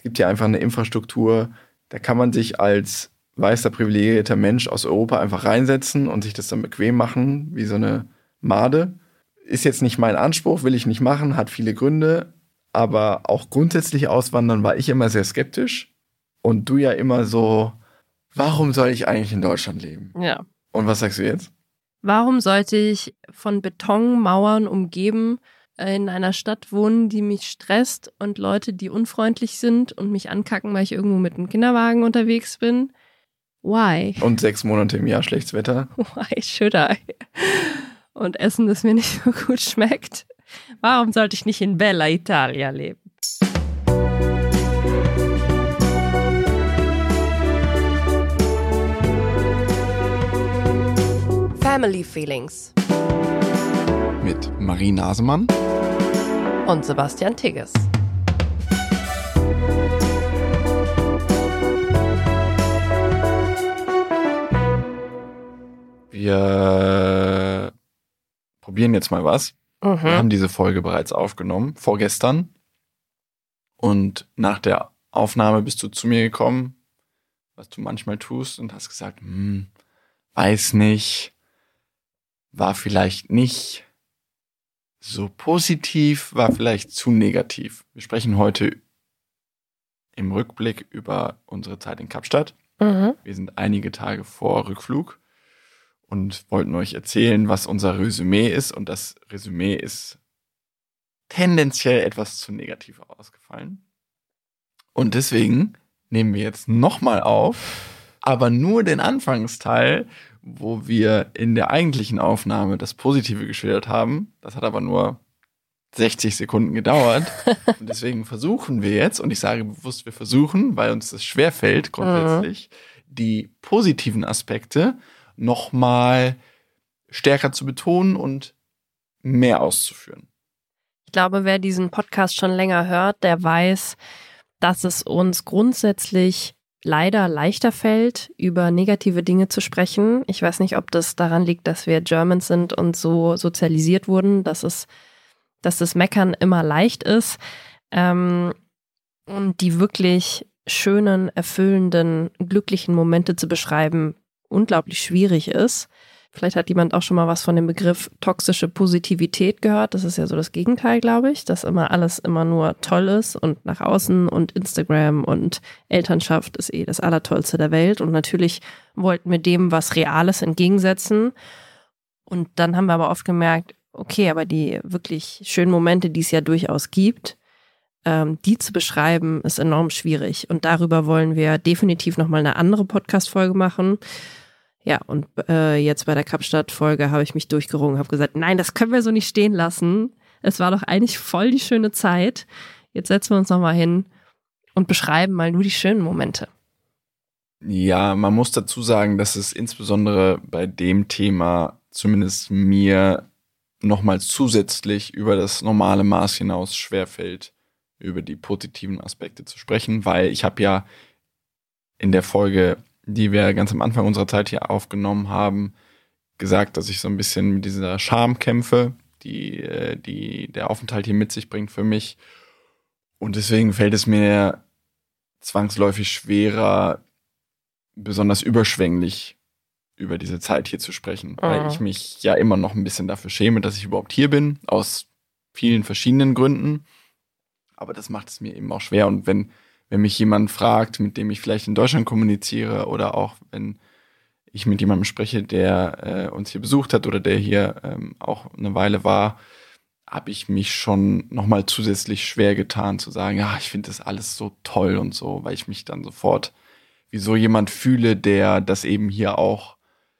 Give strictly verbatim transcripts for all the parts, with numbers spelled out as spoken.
Es gibt ja einfach eine Infrastruktur, da kann man sich als weißer, privilegierter Mensch aus Europa einfach reinsetzen und sich das dann bequem machen, wie so eine Made. Ist jetzt nicht mein Anspruch, will ich nicht machen, hat viele Gründe, aber auch grundsätzlich auswandern war ich immer sehr skeptisch und du ja immer so, warum soll ich eigentlich in Deutschland leben? Ja. Und was sagst du jetzt? Warum sollte ich von Betonmauern umgeben in einer Stadt wohnen, die mich stresst und Leute, die unfreundlich sind und mich ankacken, weil ich irgendwo mit einem Kinderwagen unterwegs bin? Why? Und sechs Monate im Jahr schlechtes Wetter. Why should I? Und Essen, das mir nicht so gut schmeckt. Warum sollte ich nicht in Bella Italia leben? Family Feelings Mit Marie Nasemann und Sebastian Tigges. Wir probieren jetzt mal was. Mhm. Wir haben diese Folge bereits aufgenommen, vorgestern. Und nach der Aufnahme bist du zu mir gekommen, was du manchmal tust, und hast gesagt, hm, weiß nicht, war vielleicht nicht so positiv, war vielleicht zu negativ. Wir sprechen heute im Rückblick über unsere Zeit in Kapstadt. Mhm. Wir sind einige Tage vor Rückflug und wollten euch erzählen, was unser Resümee ist. Und das Resümee ist tendenziell etwas zu negativ ausgefallen. Und deswegen nehmen wir jetzt nochmal auf, aber nur den Anfangsteil, wo wir in der eigentlichen Aufnahme das Positive geschildert haben. Das hat aber nur sechzig Sekunden gedauert. Und deswegen versuchen wir jetzt, und ich sage bewusst, wir versuchen, weil uns das schwerfällt grundsätzlich, mhm. die positiven Aspekte nochmal stärker zu betonen und mehr auszuführen. Ich glaube, wer diesen Podcast schon länger hört, der weiß, dass es uns grundsätzlich leider leichter fällt, über negative Dinge zu sprechen. Ich weiß nicht, ob das daran liegt, dass wir Germans sind und so sozialisiert wurden, dass es, dass das Meckern immer leicht ist. Ähm, und die wirklich schönen, erfüllenden, glücklichen Momente zu beschreiben, unglaublich schwierig ist. Vielleicht hat jemand auch schon mal was von dem Begriff toxische Positivität gehört. Das ist ja so das Gegenteil, glaube ich, dass immer alles immer nur toll ist und nach außen und Instagram und Elternschaft ist eh das Allertollste der Welt. Und natürlich wollten wir dem was Reales entgegensetzen. Und dann haben wir aber oft gemerkt, okay, aber die wirklich schönen Momente, die es ja durchaus gibt, ähm, die zu beschreiben, ist enorm schwierig. Und darüber wollen wir definitiv nochmal eine andere Podcast-Folge machen. Ja, und äh, jetzt bei der Kapstadt-Folge habe ich mich durchgerungen, habe gesagt, nein, das können wir so nicht stehen lassen. Es war doch eigentlich voll die schöne Zeit. Jetzt setzen wir uns nochmal hin und beschreiben mal nur die schönen Momente. Ja, man muss dazu sagen, dass es insbesondere bei dem Thema zumindest mir nochmal zusätzlich über das normale Maß hinaus schwerfällt, über die positiven Aspekte zu sprechen, weil ich habe ja in der Folge, die wir ganz am Anfang unserer Zeit hier aufgenommen haben, gesagt, dass ich so ein bisschen mit dieser Scham kämpfe, die, die der Aufenthalt hier mit sich bringt für mich. Und deswegen fällt es mir zwangsläufig schwerer, besonders überschwänglich über diese Zeit hier zu sprechen, mhm. weil ich mich ja immer noch ein bisschen dafür schäme, dass ich überhaupt hier bin, aus vielen verschiedenen Gründen. Aber das macht es mir eben auch schwer. Und wenn Wenn mich jemand fragt, mit dem ich vielleicht in Deutschland kommuniziere oder auch wenn ich mit jemandem spreche, der äh, uns hier besucht hat oder der hier ähm, auch eine Weile war, habe ich mich schon nochmal zusätzlich schwer getan zu sagen, ja, ich finde das alles so toll und so, weil ich mich dann sofort wie so jemand fühle, der das eben hier auch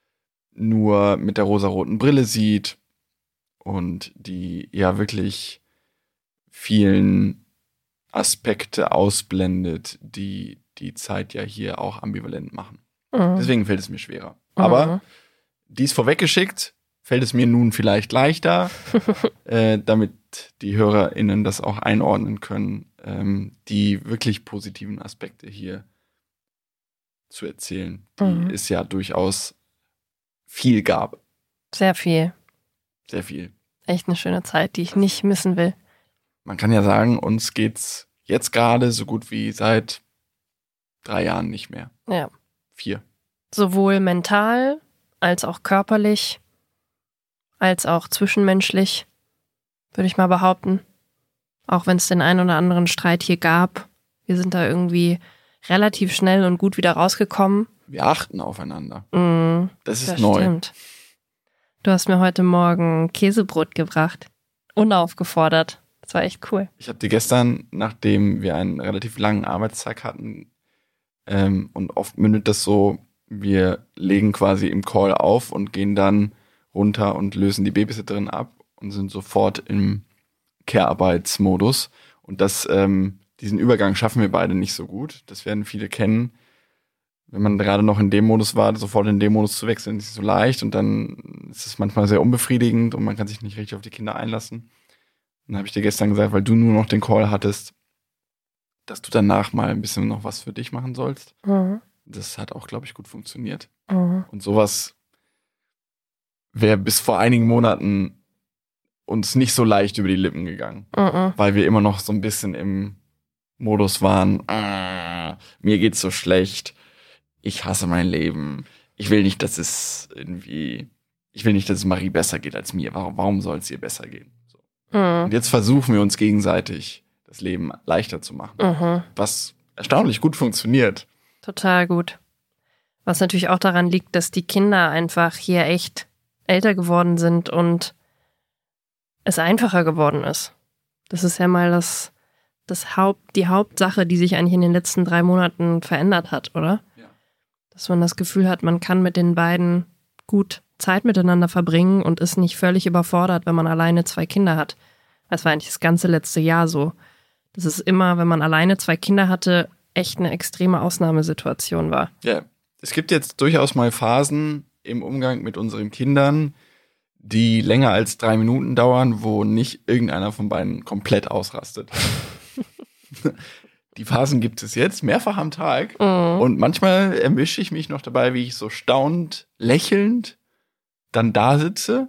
nur mit der rosaroten Brille sieht und die ja wirklich vielen Aspekte ausblendet, die die Zeit ja hier auch ambivalent machen. Mhm. Deswegen fällt es mir schwerer. Mhm. Aber dies vorweggeschickt, fällt es mir nun vielleicht leichter, äh, damit die HörerInnen das auch einordnen können, ähm, die wirklich positiven Aspekte hier zu erzählen, die mhm. es ja durchaus viel gab. Sehr viel. Sehr viel. Echt eine schöne Zeit, die ich nicht missen will. Man kann ja sagen, uns geht's jetzt gerade so gut wie seit drei Jahren nicht mehr. Ja. Vier. Sowohl mental als auch körperlich, als auch zwischenmenschlich, würde ich mal behaupten. Auch wenn es den einen oder anderen Streit hier gab. Wir sind da irgendwie relativ schnell und gut wieder rausgekommen. Wir achten aufeinander. Mm, das ist das neu. Stimmt. Du hast mir heute Morgen Käsebrot gebracht. Unaufgefordert. Das war echt cool. Ich habe dir gestern, nachdem wir einen relativ langen Arbeitstag hatten, ähm, und oft mündet das so, wir legen quasi im Call auf und gehen dann runter und lösen die Babysitterin ab und sind sofort im Care-Arbeitsmodus. Und das, ähm, diesen Übergang schaffen wir beide nicht so gut. Das werden viele kennen. Wenn man gerade noch in dem Modus war, sofort in den Modus zu wechseln, ist nicht so leicht. Und dann ist es manchmal sehr unbefriedigend und man kann sich nicht richtig auf die Kinder einlassen. Und dann habe ich dir gestern gesagt, weil du nur noch den Call hattest, dass du danach mal ein bisschen noch was für dich machen sollst. Mhm. Das hat auch, glaube ich, gut funktioniert. Mhm. Und sowas wäre bis vor einigen Monaten uns nicht so leicht über die Lippen gegangen. Mhm. Weil wir immer noch so ein bisschen im Modus waren, ah, mir geht's so schlecht, ich hasse mein Leben, ich will nicht, dass es irgendwie, ich will nicht, dass es Marie besser geht als mir. Warum, warum soll es ihr besser gehen? So. Mhm. Und jetzt versuchen wir uns gegenseitig das Leben leichter zu machen. Mhm. Was erstaunlich gut funktioniert. Total gut. Was natürlich auch daran liegt, dass die Kinder einfach hier echt älter geworden sind und es einfacher geworden ist. Das ist ja mal das, das Haupt, die Hauptsache, die sich eigentlich in den letzten drei Monaten verändert hat, oder? Ja. Dass man das Gefühl hat, man kann mit den beiden gut Zeit miteinander verbringen und ist nicht völlig überfordert, wenn man alleine zwei Kinder hat. Das war eigentlich das ganze letzte Jahr so. Das ist immer, wenn man alleine zwei Kinder hatte, echt eine extreme Ausnahmesituation war. Ja, es gibt jetzt durchaus mal Phasen im Umgang mit unseren Kindern, die länger als drei Minuten dauern, wo nicht irgendeiner von beiden komplett ausrastet. Die Phasen gibt es jetzt mehrfach am Tag. Mhm. Und manchmal erwische ich mich noch dabei, wie ich so staunend, lächelnd dann da sitze.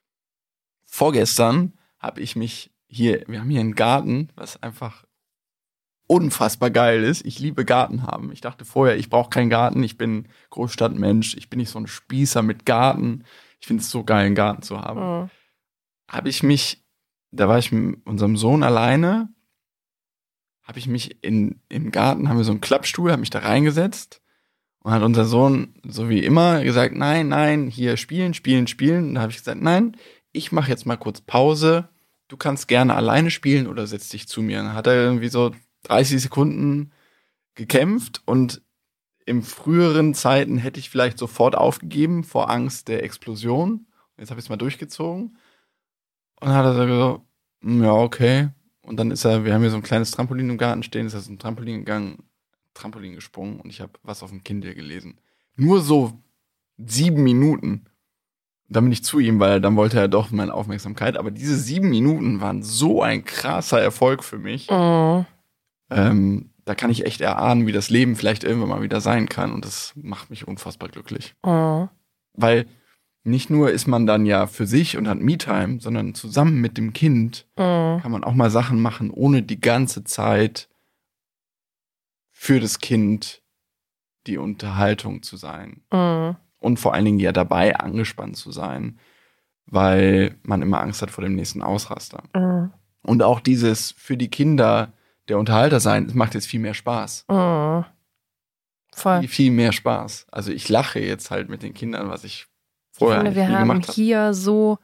Vorgestern habe ich mich hier, wir haben hier einen Garten, was einfach unfassbar geil ist. Ich liebe Garten haben. Ich dachte vorher, ich brauche keinen Garten. Ich bin Großstadtmensch. Ich bin nicht so ein Spießer mit Garten. Ich finde es so geil, einen Garten zu haben. Mhm. Habe ich mich, da war ich mit unserem Sohn alleine, habe ich mich in, im Garten, haben wir so einen Klappstuhl, habe mich da reingesetzt und hat unser Sohn, so wie immer, gesagt, nein, nein, hier spielen, spielen, spielen. Und da habe ich gesagt, nein, ich mache jetzt mal kurz Pause. Du kannst gerne alleine spielen oder setz dich zu mir. Und dann hat er irgendwie so dreißig Sekunden gekämpft und in früheren Zeiten hätte ich vielleicht sofort aufgegeben vor Angst der Explosion. Jetzt habe ich es mal durchgezogen. Und dann hat er so gesagt, ja, okay. Und dann ist er, wir haben hier so ein kleines Trampolin im Garten stehen, ist er so ein Trampolin gegangen, Trampolin gesprungen und ich habe was auf dem Kindle gelesen. Nur so sieben Minuten. Dann bin ich zu ihm, weil dann wollte er doch meine Aufmerksamkeit. Aber diese sieben Minuten waren so ein krasser Erfolg für mich. Mhm. Ähm, da kann ich echt erahnen, wie das Leben vielleicht irgendwann mal wieder sein kann. Und das macht mich unfassbar glücklich. Mhm. Weil nicht nur ist man dann ja für sich und hat Me-Time, sondern zusammen mit dem Kind Mhm. kann man auch mal Sachen machen, ohne die ganze Zeit für das Kind die Unterhaltung zu sein. Mhm. Und vor allen Dingen ja dabei angespannt zu sein, weil man immer Angst hat vor dem nächsten Ausraster. Mhm. Und auch dieses für die Kinder der Unterhalter sein, das macht jetzt viel mehr Spaß. Mhm. Voll. Viel, viel mehr Spaß. Also ich lache jetzt halt mit den Kindern, was ich Ich vorher finde, eigentlich wir nie haben gemacht habe. hier so,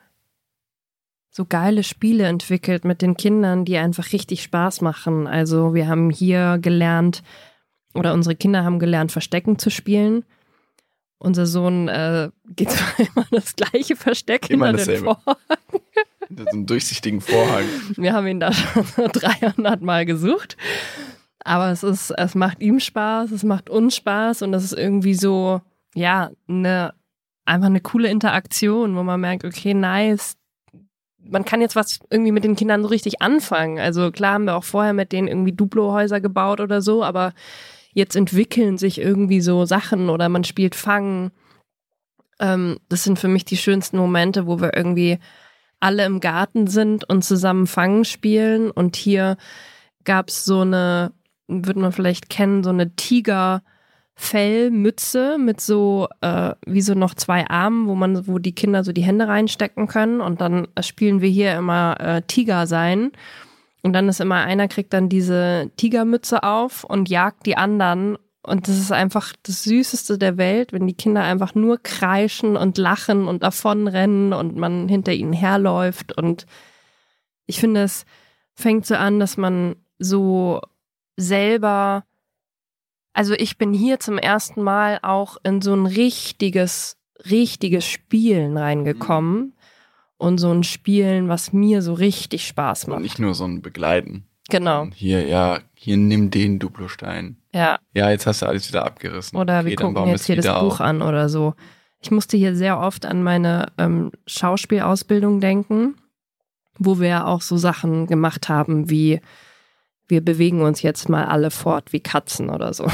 so geile Spiele entwickelt mit den Kindern, die einfach richtig Spaß machen. Also wir haben hier gelernt, oder unsere Kinder haben gelernt, Verstecken zu spielen. Unser Sohn äh, geht zwar immer das gleiche Versteck Immer hinter den dasselbe. Vorhang. Hinter so einem durchsichtigen Vorhang. Wir haben ihn da schon so dreihundert Mal gesucht. Aber es ist, es macht ihm Spaß, es macht uns Spaß und das ist irgendwie so, ja, eine, einfach eine coole Interaktion, wo man merkt, okay, nice, man kann jetzt was irgendwie mit den Kindern so richtig anfangen. Also klar haben wir auch vorher mit denen irgendwie Duplo-Häuser gebaut oder so, aber jetzt entwickeln sich irgendwie so Sachen oder man spielt Fangen. Ähm, das sind für mich die schönsten Momente, wo wir irgendwie alle im Garten sind und zusammen Fangen spielen und hier gab es so eine, würde man vielleicht kennen, so eine Tigerfellmütze mit so, äh, wie so noch zwei Armen, wo man, wo die Kinder so die Hände reinstecken können und dann spielen wir hier immer äh, Tiger sein. Und dann ist immer einer kriegt dann diese Tigermütze auf und jagt die anderen. Und das ist einfach das Süßeste der Welt, wenn die Kinder einfach nur kreischen und lachen und davonrennen und man hinter ihnen herläuft. Und ich finde, es fängt so an, dass man so selber, also ich bin hier zum ersten Mal auch in so ein richtiges, richtiges Spielen reingekommen. Und so ein Spielen, was mir so richtig Spaß macht. Und nicht nur so ein Begleiten. Genau. Und hier, ja, hier nimm den Duplostein. Ja. Ja, jetzt hast du alles wieder abgerissen. Oder wir okay, gucken jetzt hier das Buch auf. an oder so. Ich musste hier sehr oft an meine ähm, Schauspielausbildung denken, wo wir auch so Sachen gemacht haben wie, wir bewegen uns jetzt mal alle fort wie Katzen oder so.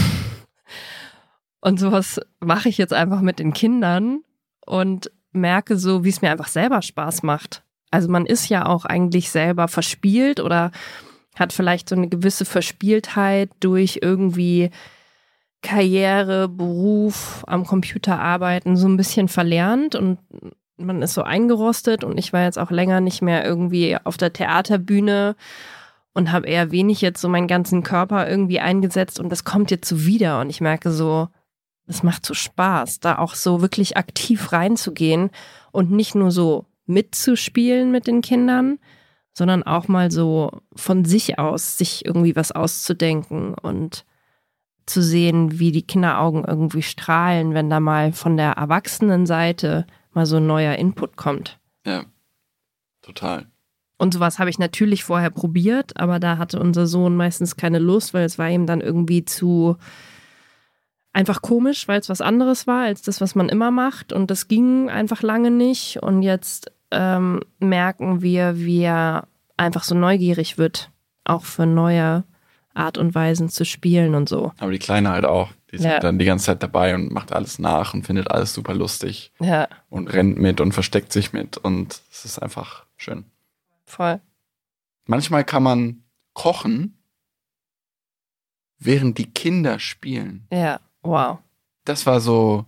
Und sowas mache ich jetzt einfach mit den Kindern und merke so, wie es mir einfach selber Spaß macht. Also man ist ja auch eigentlich selber verspielt oder hat vielleicht so eine gewisse Verspieltheit durch irgendwie Karriere, Beruf, am Computer arbeiten so ein bisschen verlernt und man ist so eingerostet und ich war jetzt auch länger nicht mehr irgendwie auf der Theaterbühne und habe eher wenig jetzt so meinen ganzen Körper irgendwie eingesetzt und das kommt jetzt so wieder und ich merke so, es macht so Spaß, da auch so wirklich aktiv reinzugehen und nicht nur so mitzuspielen mit den Kindern, sondern auch mal so von sich aus, sich irgendwie was auszudenken und zu sehen, wie die Kinderaugen irgendwie strahlen, wenn da mal von der Erwachsenenseite mal so ein neuer Input kommt. Ja, total. Und sowas habe ich natürlich vorher probiert, aber da hatte unser Sohn meistens keine Lust, weil es war ihm dann irgendwie zu einfach komisch, weil es was anderes war als das, was man immer macht. Und das ging einfach lange nicht. Und jetzt ähm, merken wir, wie er einfach so neugierig wird, auch für neue Art und Weisen zu spielen und so. Aber die Kleine halt auch. Die ist Ja. halt dann die ganze Zeit dabei und macht alles nach und findet alles super lustig. Ja, Und rennt mit und versteckt sich mit. Und es ist einfach schön. voll. Manchmal kann man kochen, während die Kinder spielen. Ja, wow. Das war so,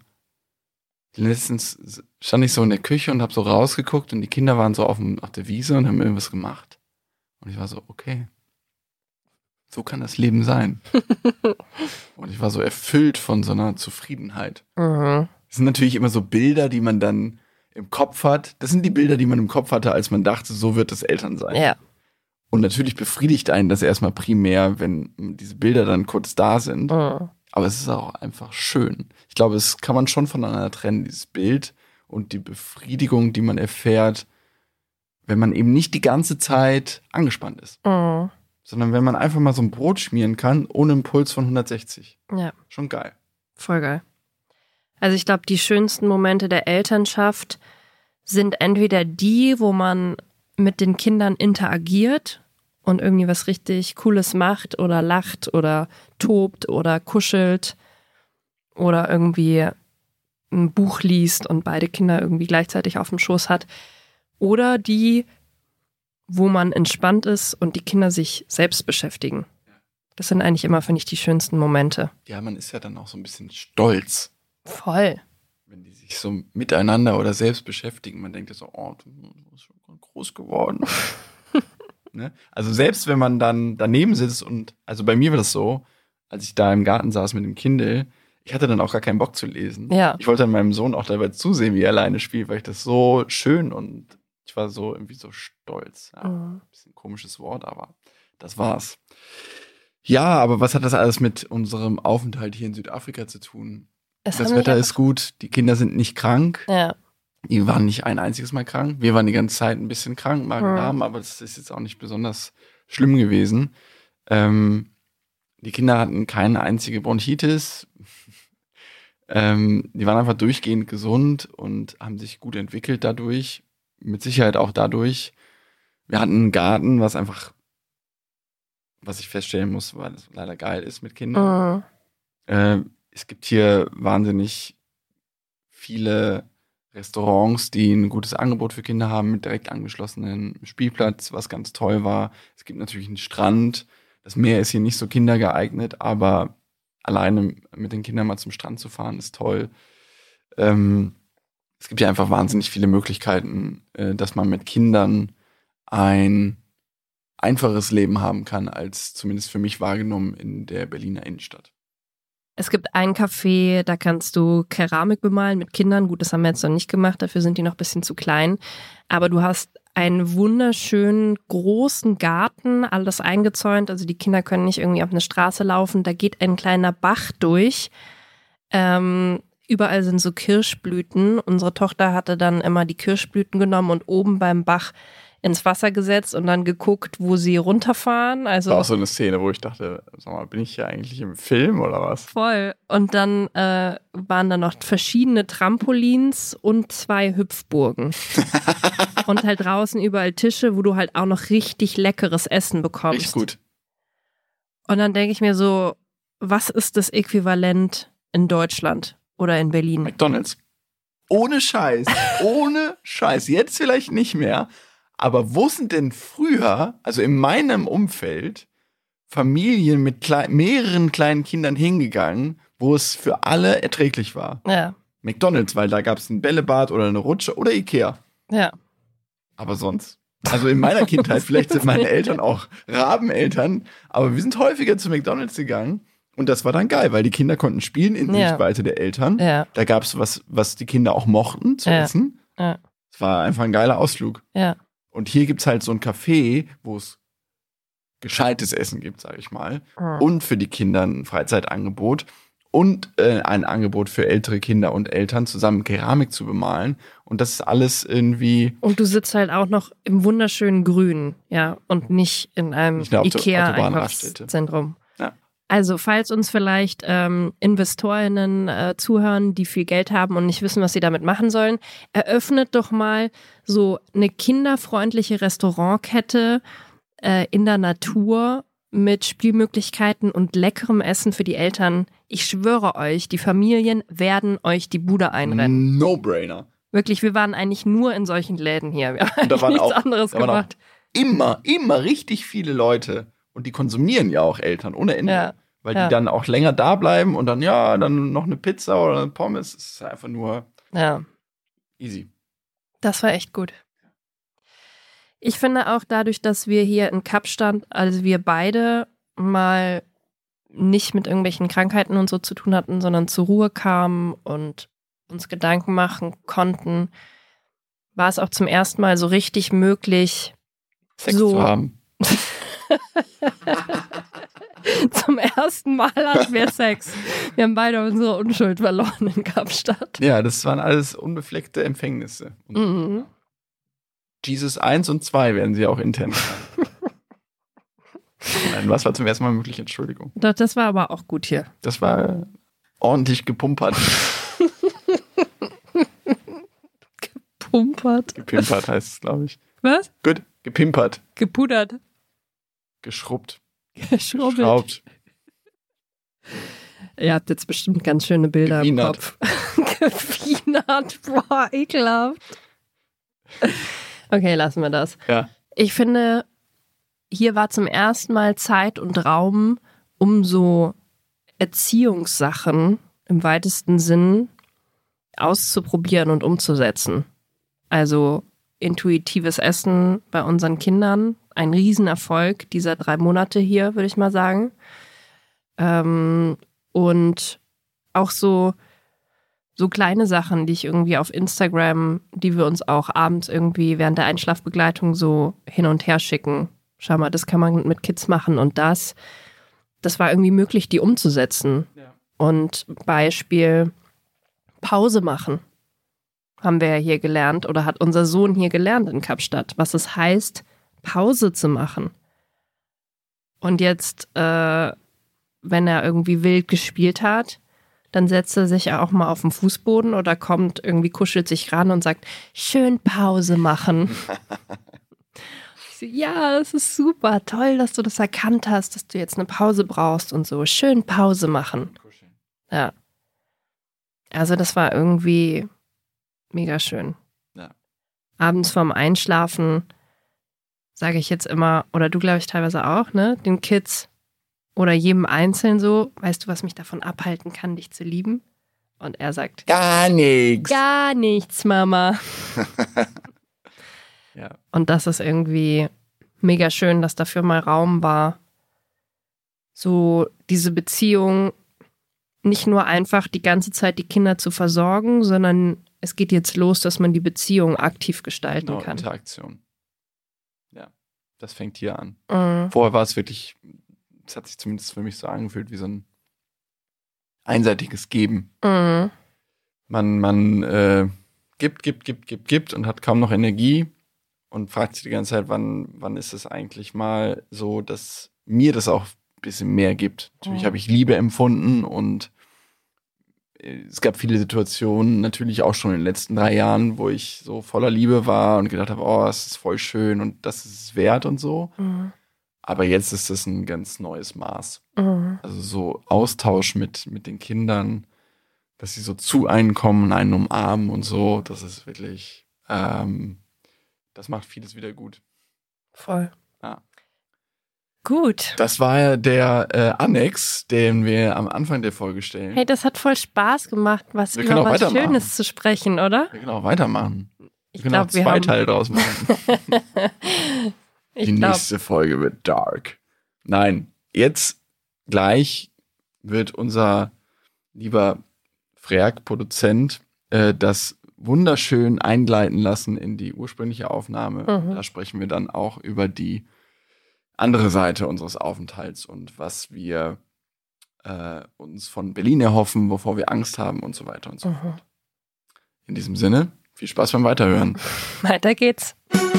letztens stand ich so in der Küche und habe so rausgeguckt und die Kinder waren so auf, dem, auf der Wiese und haben irgendwas gemacht. Und ich war so, okay, so kann das Leben sein. Und ich war so erfüllt von so einer Zufriedenheit. Mhm. Das sind natürlich immer so Bilder, die man dann im Kopf hat. Das sind die Bilder, die man im Kopf hatte, als man dachte, so wird das Elternsein. Ja. Und natürlich befriedigt einen das erstmal primär, wenn diese Bilder dann kurz da sind. Mhm. Aber es ist auch einfach schön. Ich glaube, es kann man schon voneinander trennen, dieses Bild und die Befriedigung, die man erfährt, wenn man eben nicht die ganze Zeit angespannt ist. Mhm. Sondern wenn man einfach mal so ein Brot schmieren kann, ohne einen Puls von hundertsechzig. Ja. Schon geil. Voll geil. Also ich glaube, die schönsten Momente der Elternschaft sind entweder die, wo man mit den Kindern interagiert und irgendwie was richtig Cooles macht oder lacht oder tobt oder kuschelt oder irgendwie ein Buch liest und beide Kinder irgendwie gleichzeitig auf dem Schoß hat. Oder die, wo man entspannt ist und die Kinder sich selbst beschäftigen. Das sind eigentlich immer, finde ich, die schönsten Momente. Ja, man ist ja dann auch so ein bisschen stolz, Voll. wenn die sich so miteinander oder selbst beschäftigen. Man denkt ja so, oh, du bist schon groß geworden. Ne? Also selbst wenn man dann daneben sitzt und, also bei mir war das so, als ich da im Garten saß mit dem Kindle, ich hatte dann auch gar keinen Bock zu lesen. Ja. Ich wollte dann meinem Sohn auch dabei zusehen, wie er alleine spielt, weil ich das so schön und ich war so irgendwie so stolz. Ja, Mhm. ein bisschen komisches Wort, aber das war's. Ja, aber was hat das alles mit unserem Aufenthalt hier in Südafrika zu tun? Es Das haben Wetter mich ist gut, die Kinder sind nicht krank. Ja. Die waren nicht ein einziges Mal krank. Wir waren die ganze Zeit ein bisschen krank, Magen-Darm, Mhm. aber das ist jetzt auch nicht besonders schlimm gewesen. Ähm, die Kinder hatten keine einzige Bronchitis. ähm, die waren einfach durchgehend gesund und haben sich gut entwickelt dadurch. Mit Sicherheit auch dadurch. Wir hatten einen Garten, was einfach, was ich feststellen muss, weil es leider geil ist mit Kindern. Mhm. Äh, es gibt hier wahnsinnig viele Restaurants, die ein gutes Angebot für Kinder haben, mit direkt angeschlossenen Spielplatz, was ganz toll war. Es gibt natürlich einen Strand. Das Meer ist hier nicht so kindergeeignet, aber alleine mit den Kindern mal zum Strand zu fahren, ist toll. Ähm, es gibt ja einfach wahnsinnig viele Möglichkeiten, äh, dass man mit Kindern ein einfaches Leben haben kann, als zumindest für mich wahrgenommen in der Berliner Innenstadt. Es gibt ein Café, da kannst du Keramik bemalen mit Kindern. Gut, das haben wir jetzt noch nicht gemacht, dafür sind die noch ein bisschen zu klein. Aber du hast einen wunderschönen großen Garten, alles eingezäunt. Also die Kinder können nicht irgendwie auf eine Straße laufen. Da geht ein kleiner Bach durch. Ähm, überall sind so Kirschblüten. Unsere Tochter hatte dann immer die Kirschblüten genommen und oben beim Bach ins Wasser gesetzt und dann geguckt, wo sie runterfahren. Also Das war auch so eine Szene, wo ich dachte, sag mal, bin ich hier eigentlich im Film oder was? Voll. Und dann äh, waren da noch verschiedene Trampolins und zwei Hüpfburgen. Und halt draußen überall Tische, wo du halt auch noch richtig leckeres Essen bekommst. Richtig gut. Und dann denke ich mir so, was ist das Äquivalent in Deutschland oder in Berlin? McDonald's. Ohne Scheiß. Ohne Scheiß. Jetzt vielleicht nicht mehr. Aber wo sind denn früher, also in meinem Umfeld, Familien mit klei- mehreren kleinen Kindern hingegangen, wo es für alle erträglich war? Ja. McDonald's, weil da gab es ein Bällebad oder eine Rutsche oder Ikea. Ja. Aber sonst. Also in meiner Kindheit, vielleicht sind meine Eltern auch Rabeneltern, aber wir sind häufiger zu McDonald's gegangen und das war dann geil, weil die Kinder konnten spielen in Ja. Sichtweite der Eltern. Ja. Da gab es was, was die Kinder auch mochten zu Ja. essen. Ja. Es war einfach ein geiler Ausflug. Ja. Und hier gibt's halt so ein Café, wo es gescheites Essen gibt, sage ich mal. Mhm. Und für die Kinder ein Freizeitangebot. Und äh, ein Angebot für ältere Kinder und Eltern, zusammen Keramik zu bemalen. Und das ist alles irgendwie Und du sitzt halt auch noch im wunderschönen Grün, ja, und nicht in einem Nicht eine Auto- Ikea-Einkaufszentrum. Ja. Also, falls uns vielleicht ähm, InvestorInnen äh, zuhören, die viel Geld haben und nicht wissen, was sie damit machen sollen, eröffnet doch mal so eine kinderfreundliche Restaurantkette äh, in der Natur mit Spielmöglichkeiten und leckerem Essen für die Eltern. Ich schwöre euch, die Familien werden euch die Bude einrennen. No-brainer. Wirklich, wir waren eigentlich nur in solchen Läden hier. Wir haben Und da waren nichts auch, anderes da waren auch gemacht. immer, immer richtig viele Leute. Und die konsumieren ja auch Eltern ohne Ende. Ja, Weil ja. die dann auch länger da bleiben und dann, ja, dann noch eine Pizza oder eine Pommes. Das ist einfach nur Ja, easy. das war echt gut. Ich finde auch dadurch, dass wir hier in Kapstadt, also wir beide mal nicht mit irgendwelchen Krankheiten und so zu tun hatten, sondern zur Ruhe kamen und uns Gedanken machen konnten, war es auch zum ersten Mal so richtig möglich, Sex so zu haben. Zum ersten Mal hatten wir Sex. Wir haben beide unsere Unschuld verloren in Kapstadt. Ja, das waren alles unbefleckte Empfängnisse. Und Mhm. Jesus eins und zwei werden sie auch intern sein. Nein, was war zum ersten Mal möglich? Entschuldigung. Doch, das war aber auch gut hier. Das war ordentlich gepumpert. Pumpert. Gepimpert heißt es, glaube ich. Was? Gut, gepimpert. Gepudert. Geschrubbt. Geschrubbelt. Geschraubt. Ihr habt jetzt bestimmt ganz schöne Bilder im Gewienert. Kopf. Gewienert. Boah, ekelhaft. Okay, lassen wir das. Ja. Ich finde, hier war zum ersten Mal Zeit und Raum, um so Erziehungssachen im weitesten Sinn auszuprobieren und umzusetzen. Also intuitives Essen bei unseren Kindern, ein Riesenerfolg dieser drei Monate hier, würde ich mal sagen. Ähm, und auch so, so kleine Sachen, die ich irgendwie auf Instagram, die wir uns auch abends irgendwie während der Einschlafbegleitung so hin und her schicken. Schau mal, das kann man mit Kids machen und das. Das war irgendwie möglich, die umzusetzen. Ja. Und Beispiel Pause machen. Haben wir ja hier gelernt oder hat unser Sohn hier gelernt in Kapstadt, was es heißt, Pause zu machen. Und jetzt, äh, wenn er irgendwie wild gespielt hat, dann setzt er sich auch mal auf den Fußboden oder kommt irgendwie, kuschelt sich ran und sagt, schön Pause machen. Ich so, ja, das ist super, toll, dass du das erkannt hast, dass du jetzt eine Pause brauchst und so. Schön Pause machen. Ja. Also das war irgendwie mega schön. Ja. Abends vorm Einschlafen sage ich jetzt immer, oder du glaube ich teilweise auch, ne, den Kids, oder jedem Einzelnen so, weißt du, was mich davon abhalten kann, dich zu lieben? Und er sagt, gar nichts. Gar nichts, Mama. Ja. Und das ist irgendwie mega schön, dass dafür mal Raum war, so diese Beziehung nicht nur einfach die ganze Zeit die Kinder zu versorgen, sondern es geht jetzt los, dass man die Beziehung aktiv gestalten Genau, kann. Interaktion. Ja, das fängt hier an. Mhm. Vorher war es wirklich, es hat sich zumindest für mich so angefühlt wie so ein einseitiges Geben. Mhm. Man, man äh, gibt, gibt, gibt, gibt, gibt und hat kaum noch Energie und fragt sich die ganze Zeit, wann, wann ist es eigentlich mal so, dass mir das auch ein bisschen mehr gibt. Natürlich Mhm. habe ich Liebe empfunden und es gab viele Situationen, natürlich auch schon in den letzten drei Jahren, wo ich so voller Liebe war und gedacht habe, oh, es ist voll schön und das ist es wert und so. Mhm. Aber jetzt ist es ein ganz neues Maß. Mhm. Also so Austausch mit, mit den Kindern, dass sie so zu einem kommen, einen umarmen und so, das ist wirklich, ähm, das macht vieles wieder gut. Voll. Ja. Gut. Das war ja der äh, Annex, den wir am Anfang der Folge stellen. Hey, das hat voll Spaß gemacht, was Wir können über auch was weitermachen. Schönes zu sprechen, oder? Wir können auch weitermachen. Ich Wir können auch glaube, wir zwei haben. Teile draus machen. ich Die glaube. nächste Folge wird dark. Nein, jetzt gleich wird unser lieber Freak-Produzent äh, das wunderschön eingleiten lassen in die ursprüngliche Aufnahme. Mhm. Da sprechen wir dann auch über die andere Seite unseres Aufenthalts und was wir äh, uns von Berlin erhoffen, wovor wir Angst haben und so weiter und so Mhm. fort. In diesem Sinne, viel Spaß beim Weiterhören. Weiter geht's.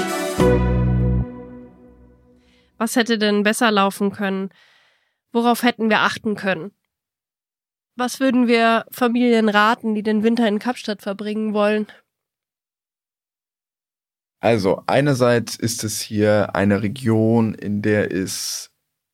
Was hätte denn besser laufen können? Worauf hätten wir achten können? Was würden wir Familien raten, die den Winter in Kapstadt verbringen wollen? Also, einerseits ist es hier eine Region, in der es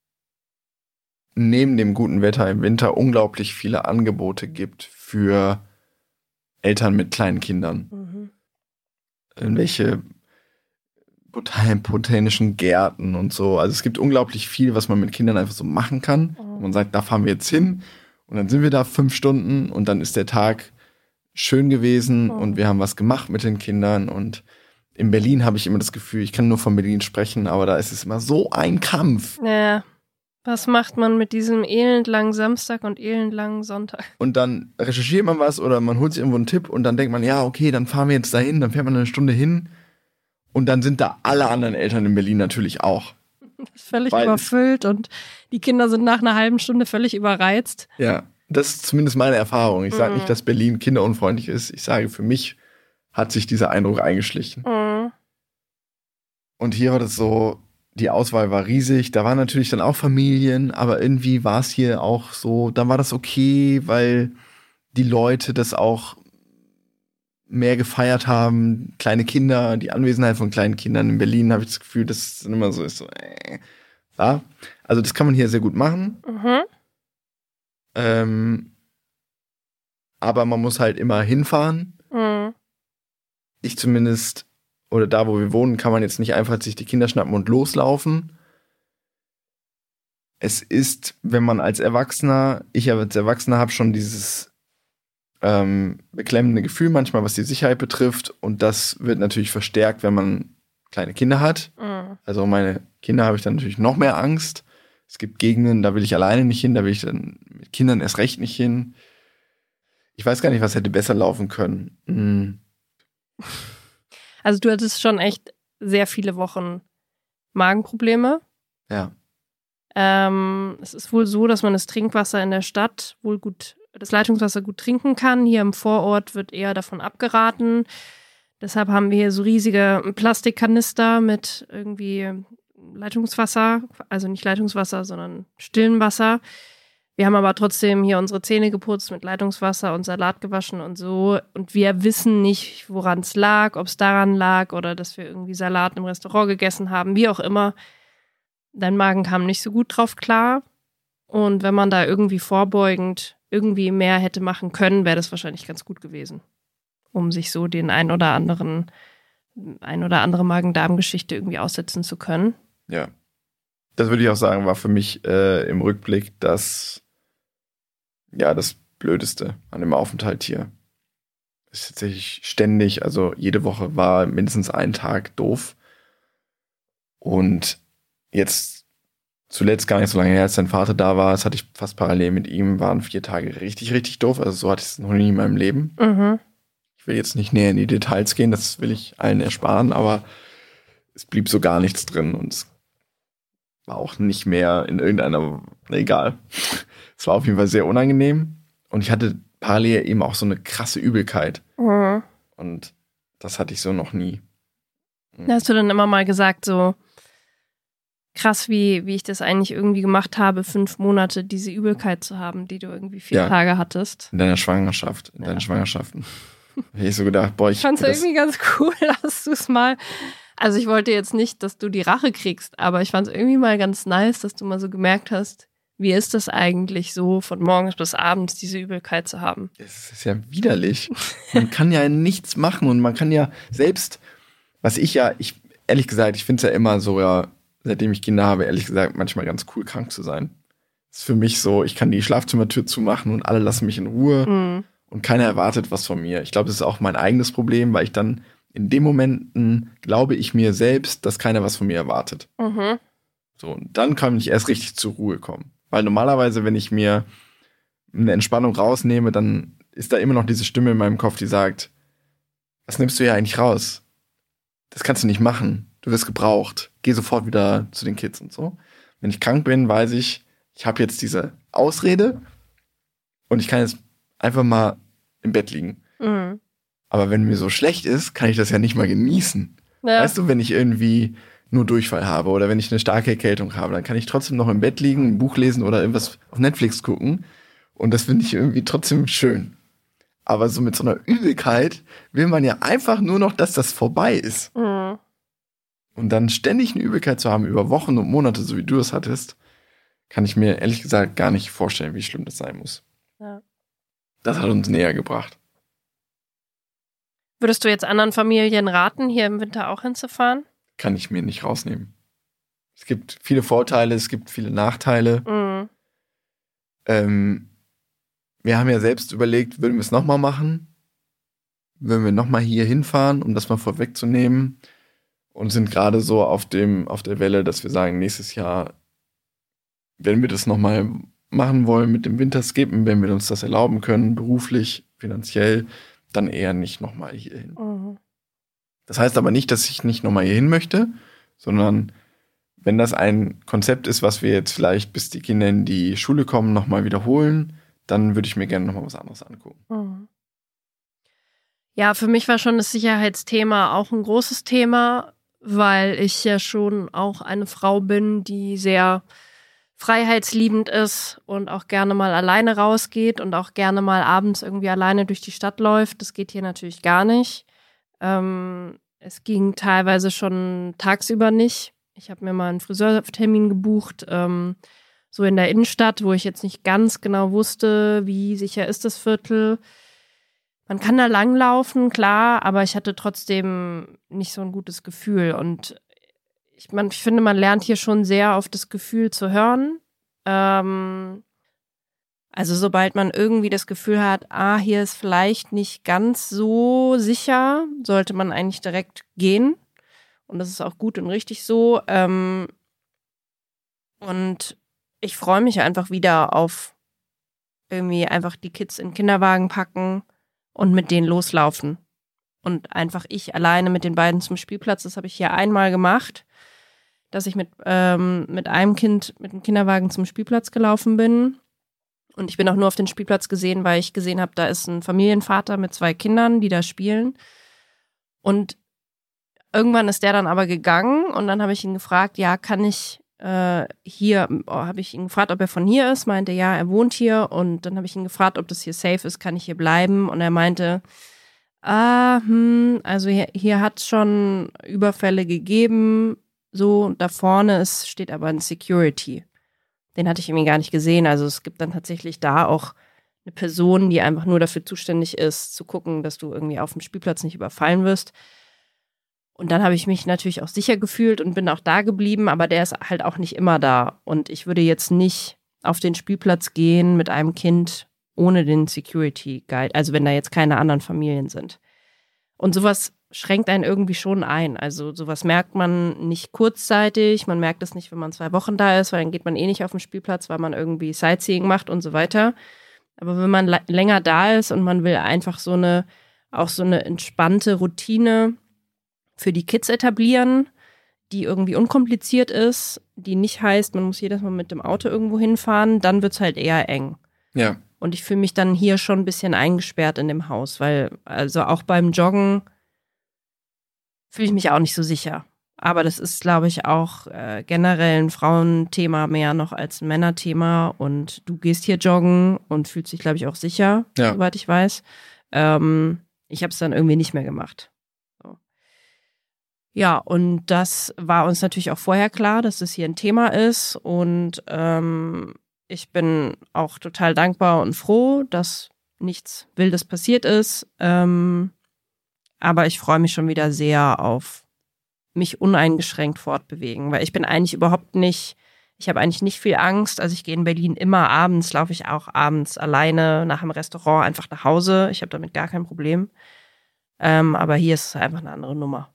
neben dem guten Wetter im Winter unglaublich viele Angebote gibt für Eltern mit kleinen Kindern. Mhm. Irgendwelche botan- botanischen Gärten und so. Also es gibt unglaublich viel, was man mit Kindern einfach so machen kann. Und man sagt, da fahren wir jetzt hin und dann sind wir da fünf Stunden und dann ist der Tag schön gewesen Mhm. und wir haben was gemacht mit den Kindern. Und in Berlin habe ich immer das Gefühl, ich kann nur von Berlin sprechen, aber da ist es immer so ein Kampf. Ja, was macht man mit diesem elendlangen Samstag und elendlangen Sonntag? Und dann recherchiert man was oder man holt sich irgendwo einen Tipp und dann denkt man, ja, okay, dann fahren wir jetzt dahin, dann fährt man eine Stunde hin und dann sind da alle anderen Eltern in Berlin natürlich auch. Völlig Weil- überfüllt und die Kinder sind nach einer halben Stunde völlig überreizt. Ja, das ist zumindest meine Erfahrung. Ich sage Mhm. nicht, dass Berlin kinderunfreundlich ist. Ich sage, für mich hat sich dieser Eindruck eingeschlichen. Mhm. Und hier war das so, die Auswahl war riesig. Da waren natürlich dann auch Familien, aber irgendwie war es hier auch so, dann war das okay, weil die Leute das auch mehr gefeiert haben. Kleine Kinder, die Anwesenheit von kleinen Kindern in Berlin, habe ich das Gefühl, dass es dann immer so ist. So, äh. Ja, also das kann man hier sehr gut machen. Mhm. Ähm, aber man muss halt immer hinfahren. Mhm. Ich zumindest, oder da, wo wir wohnen, kann man jetzt nicht einfach sich die Kinder schnappen und loslaufen. Es ist, wenn man als Erwachsener, ich als Erwachsener habe schon dieses ähm, beklemmende Gefühl manchmal, was die Sicherheit betrifft. Und das wird natürlich verstärkt, wenn man kleine Kinder hat. Mhm. Also um meine Kinder habe ich dann natürlich noch mehr Angst. Es gibt Gegenden, da will ich alleine nicht hin, da will ich dann mit Kindern erst recht nicht hin. Ich weiß gar nicht, was hätte besser laufen können. Hm. Also du hattest schon echt sehr viele Wochen Magenprobleme. Ja. Ähm, es ist wohl so, dass man das Trinkwasser in der Stadt wohl gut, das Leitungswasser gut trinken kann. Hier im Vorort wird eher davon abgeraten. Deshalb haben wir hier so riesige Plastikkanister mit irgendwie Leitungswasser, also nicht Leitungswasser, sondern stillen Wasser. Wir haben aber trotzdem hier unsere Zähne geputzt mit Leitungswasser und Salat gewaschen und so. Und wir wissen nicht, woran es lag, ob es daran lag oder dass wir irgendwie Salat im Restaurant gegessen haben, wie auch immer. Dein Magen kam nicht so gut drauf klar. Und wenn man da irgendwie vorbeugend irgendwie mehr hätte machen können, wäre das wahrscheinlich ganz gut gewesen, um sich so den ein oder anderen, ein oder andere Magen-Darm-Geschichte irgendwie aussetzen zu können. Ja. Das würde ich auch sagen, war für mich äh, im Rückblick das, ja, das Blödeste an dem Aufenthalt hier. Es ist tatsächlich ständig, also jede Woche war mindestens ein Tag doof. Und jetzt zuletzt gar nicht so lange her, als sein Vater da war, das hatte ich fast parallel mit ihm, waren vier Tage richtig, richtig doof. Also so hatte ich es noch nie in meinem Leben. Mhm. Ich will jetzt nicht näher in die Details gehen, das will ich allen ersparen, aber es blieb so gar nichts drin und es war auch nicht mehr in irgendeiner, na egal. Es war auf jeden Fall sehr unangenehm und ich hatte parallel eben auch so eine krasse Übelkeit. Mhm. Und das hatte ich so noch nie. Da hast du dann immer mal gesagt, so krass, wie, wie ich das eigentlich irgendwie gemacht habe, fünf Monate diese Übelkeit zu haben, die du irgendwie vier ja. Tage hattest. In deiner Schwangerschaft, in ja. deinen Schwangerschaften. Hätte ich so gedacht, boah, ich... Ich fand's irgendwie ganz cool, dass du es mal... Also ich wollte jetzt nicht, dass du die Rache kriegst, aber ich fand's irgendwie mal ganz nice, dass du mal so gemerkt hast, wie ist das eigentlich so, von morgens bis abends diese Übelkeit zu haben? Es ist ja widerlich. Man kann ja nichts machen und man kann ja selbst, was ich ja, ich ehrlich gesagt, ich finde es ja immer so, ja, seitdem ich Kinder habe, ehrlich gesagt, manchmal ganz cool, krank zu sein. Das ist für mich so, ich kann die Schlafzimmertür zumachen und alle lassen mich in Ruhe mhm. und keiner erwartet was von mir. Ich glaube, das ist auch mein eigenes Problem, weil ich dann in den Momenten glaube ich mir selbst, dass keiner was von mir erwartet. Mhm. So, und dann kann ich erst richtig zur Ruhe kommen. Weil normalerweise, wenn ich mir eine Entspannung rausnehme, dann ist da immer noch diese Stimme in meinem Kopf, die sagt, was nimmst du hier eigentlich raus? Das kannst du nicht machen. Du wirst gebraucht. Geh sofort wieder zu den Kids und so. Wenn ich krank bin, weiß ich, ich habe jetzt diese Ausrede und ich kann jetzt einfach mal im Bett liegen. Mhm. Aber wenn mir so schlecht ist, kann ich das ja nicht mal genießen. Ja. Weißt du, wenn ich irgendwie nur Durchfall habe oder wenn ich eine starke Erkältung habe, dann kann ich trotzdem noch im Bett liegen, ein Buch lesen oder irgendwas auf Netflix gucken. Und das finde ich irgendwie trotzdem schön. Aber so mit so einer Übelkeit will man ja einfach nur noch, dass das vorbei ist. Mhm. Und dann ständig eine Übelkeit zu haben über Wochen und Monate, so wie du es hattest, kann ich mir ehrlich gesagt gar nicht vorstellen, wie schlimm das sein muss. Ja. Das hat uns näher gebracht. Würdest du jetzt anderen Familien raten, hier im Winter auch hinzufahren? Kann ich mir nicht rausnehmen. Es gibt viele Vorteile, es gibt viele Nachteile. Mhm. Ähm, wir haben ja selbst überlegt, würden wir es nochmal machen? Würden wir nochmal hier hinfahren, um das mal vorwegzunehmen? Und sind gerade so auf dem, auf der Welle, dass wir sagen, nächstes Jahr, wenn wir das nochmal machen wollen mit dem Winterskippen, wenn wir uns das erlauben können, beruflich, finanziell, dann eher nicht nochmal hier hin. Mhm. Das heißt aber nicht, dass ich nicht nochmal hier hin möchte, sondern wenn das ein Konzept ist, was wir jetzt vielleicht, bis die Kinder in die Schule kommen, nochmal wiederholen, dann würde ich mir gerne nochmal was anderes angucken. Mhm. Ja, für mich war schon das Sicherheitsthema auch ein großes Thema, weil ich ja schon auch eine Frau bin, die sehr freiheitsliebend ist und auch gerne mal alleine rausgeht und auch gerne mal abends irgendwie alleine durch die Stadt läuft. Das geht hier natürlich gar nicht. Ähm, es ging teilweise schon tagsüber nicht. Ich habe mir mal einen Friseurtermin gebucht, ähm, so in der Innenstadt, wo ich jetzt nicht ganz genau wusste, wie sicher ist das Viertel. Man kann da langlaufen, klar, aber ich hatte trotzdem nicht so ein gutes Gefühl. Und ich, man, ich finde, man lernt hier schon sehr auf das Gefühl zu hören. Ähm, also sobald man irgendwie das Gefühl hat, ah, hier ist vielleicht nicht ganz so sicher, sollte man eigentlich direkt gehen. Und das ist auch gut und richtig so. Ähm, und ich freue mich einfach wieder auf irgendwie einfach die Kids in den Kinderwagen packen und mit denen loslaufen. Und einfach ich alleine mit den beiden zum Spielplatz. Das habe ich hier einmal gemacht, dass ich mit, ähm, mit einem Kind mit dem Kinderwagen zum Spielplatz gelaufen bin. Und ich bin auch nur auf den Spielplatz gesehen, weil ich gesehen habe, da ist ein Familienvater mit zwei Kindern, die da spielen. Und irgendwann ist der dann aber gegangen und dann habe ich ihn gefragt, ja, kann ich äh, hier, oh, habe ich ihn gefragt, ob er von hier ist, meinte, ja, er wohnt hier und dann habe ich ihn gefragt, ob das hier safe ist, kann ich hier bleiben und er meinte, ah, hm, also hier, hier hat es schon Überfälle gegeben, so, da vorne ist, steht aber ein Security. Den hatte ich irgendwie gar nicht gesehen, also es gibt dann tatsächlich da auch eine Person, die einfach nur dafür zuständig ist, zu gucken, dass du irgendwie auf dem Spielplatz nicht überfallen wirst. Und dann habe ich mich natürlich auch sicher gefühlt und bin auch da geblieben, aber der ist halt auch nicht immer da. Und ich würde jetzt nicht auf den Spielplatz gehen mit einem Kind ohne den Security Guide, also wenn da jetzt keine anderen Familien sind. Und sowas schränkt einen irgendwie schon ein. Also sowas merkt man nicht kurzzeitig, man merkt es nicht, wenn man zwei Wochen da ist, weil dann geht man eh nicht auf den Spielplatz, weil man irgendwie Sightseeing macht und so weiter. Aber wenn man la- länger da ist und man will einfach so eine, auch so eine entspannte Routine für die Kids etablieren, die irgendwie unkompliziert ist, die nicht heißt, man muss jedes Mal mit dem Auto irgendwo hinfahren, dann wird's halt eher eng. Ja. Und ich fühle mich dann hier schon ein bisschen eingesperrt in dem Haus, weil also auch beim Joggen fühle ich mich auch nicht so sicher. Aber das ist, glaube ich, auch äh, generell ein Frauenthema mehr noch als ein Männerthema. Und du gehst hier joggen und fühlst dich, glaube ich, auch sicher, Ja. soweit ich weiß. Ähm, ich habe es dann irgendwie nicht mehr gemacht. So. Ja, und das war uns natürlich auch vorher klar, dass das hier ein Thema ist. Und ähm, ich bin auch total dankbar und froh, dass nichts Wildes passiert ist. Ähm, aber ich freue mich schon wieder sehr auf mich uneingeschränkt fortbewegen, weil ich bin eigentlich überhaupt nicht, ich habe eigentlich nicht viel Angst. Also ich gehe in Berlin immer abends, laufe ich auch abends alleine nach einem Restaurant einfach nach Hause. Ich habe damit gar kein Problem. Ähm, aber hier ist es einfach eine andere Nummer.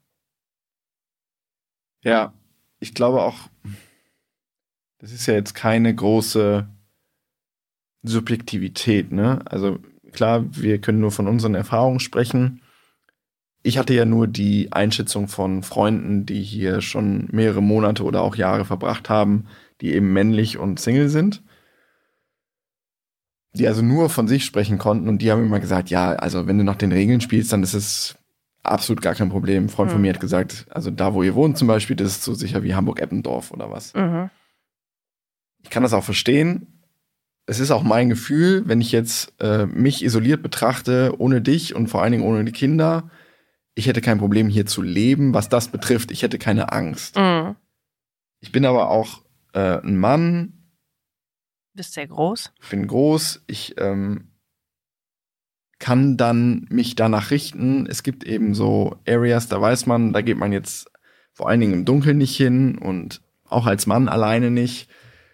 Ja, ich glaube auch, das ist ja jetzt keine große Subjektivität, ne? Also klar, wir können nur von unseren Erfahrungen sprechen. Ich hatte ja nur die Einschätzung von Freunden, die hier schon mehrere Monate oder auch Jahre verbracht haben, die eben männlich und Single sind. Die also nur von sich sprechen konnten und die haben immer gesagt, ja, also wenn du nach den Regeln spielst, dann ist es absolut gar kein Problem. Ein Freund Mhm. von mir hat gesagt, also da, wo ihr wohnt zum Beispiel, das ist so sicher wie Hamburg-Eppendorf oder was. Mhm. Ich kann das auch verstehen. Es ist auch mein Gefühl, wenn ich jetzt äh, mich isoliert betrachte, ohne dich und vor allen Dingen ohne die Kinder, ich hätte kein Problem, hier zu leben, was das betrifft. Ich hätte keine Angst. Mhm. Ich bin aber auch äh, ein Mann, Bist sehr groß. ich bin groß, ich ähm, kann dann mich danach richten. Es gibt eben so Areas, da weiß man, da geht man jetzt vor allen Dingen im Dunkeln nicht hin und auch als Mann alleine nicht.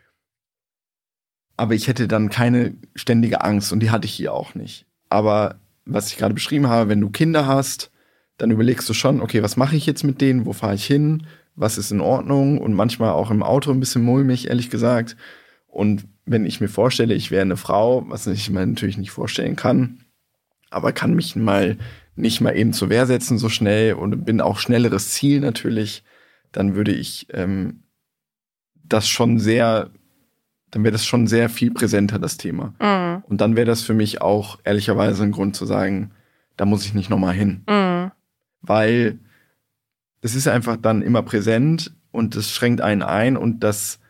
Aber ich hätte dann keine ständige Angst und die hatte ich hier auch nicht. Aber was ich gerade beschrieben habe, wenn du Kinder hast, dann überlegst du schon, okay, was mache ich jetzt mit denen, wo fahre ich hin, was ist in Ordnung und manchmal auch im Auto ein bisschen mulmig, ehrlich gesagt. Und wenn ich mir vorstelle, ich wäre eine Frau, was ich mir natürlich nicht vorstellen kann, aber kann mich mal nicht mal eben zur Wehr setzen so schnell und bin auch schnelleres Ziel natürlich, dann würde ich ähm, das schon sehr, dann wäre das schon sehr viel präsenter, das Thema. Mhm. Und dann wäre das für mich auch ehrlicherweise ein Grund zu sagen, da muss ich nicht nochmal hin. Mhm. Weil es ist einfach dann immer präsent und es schränkt einen ein und das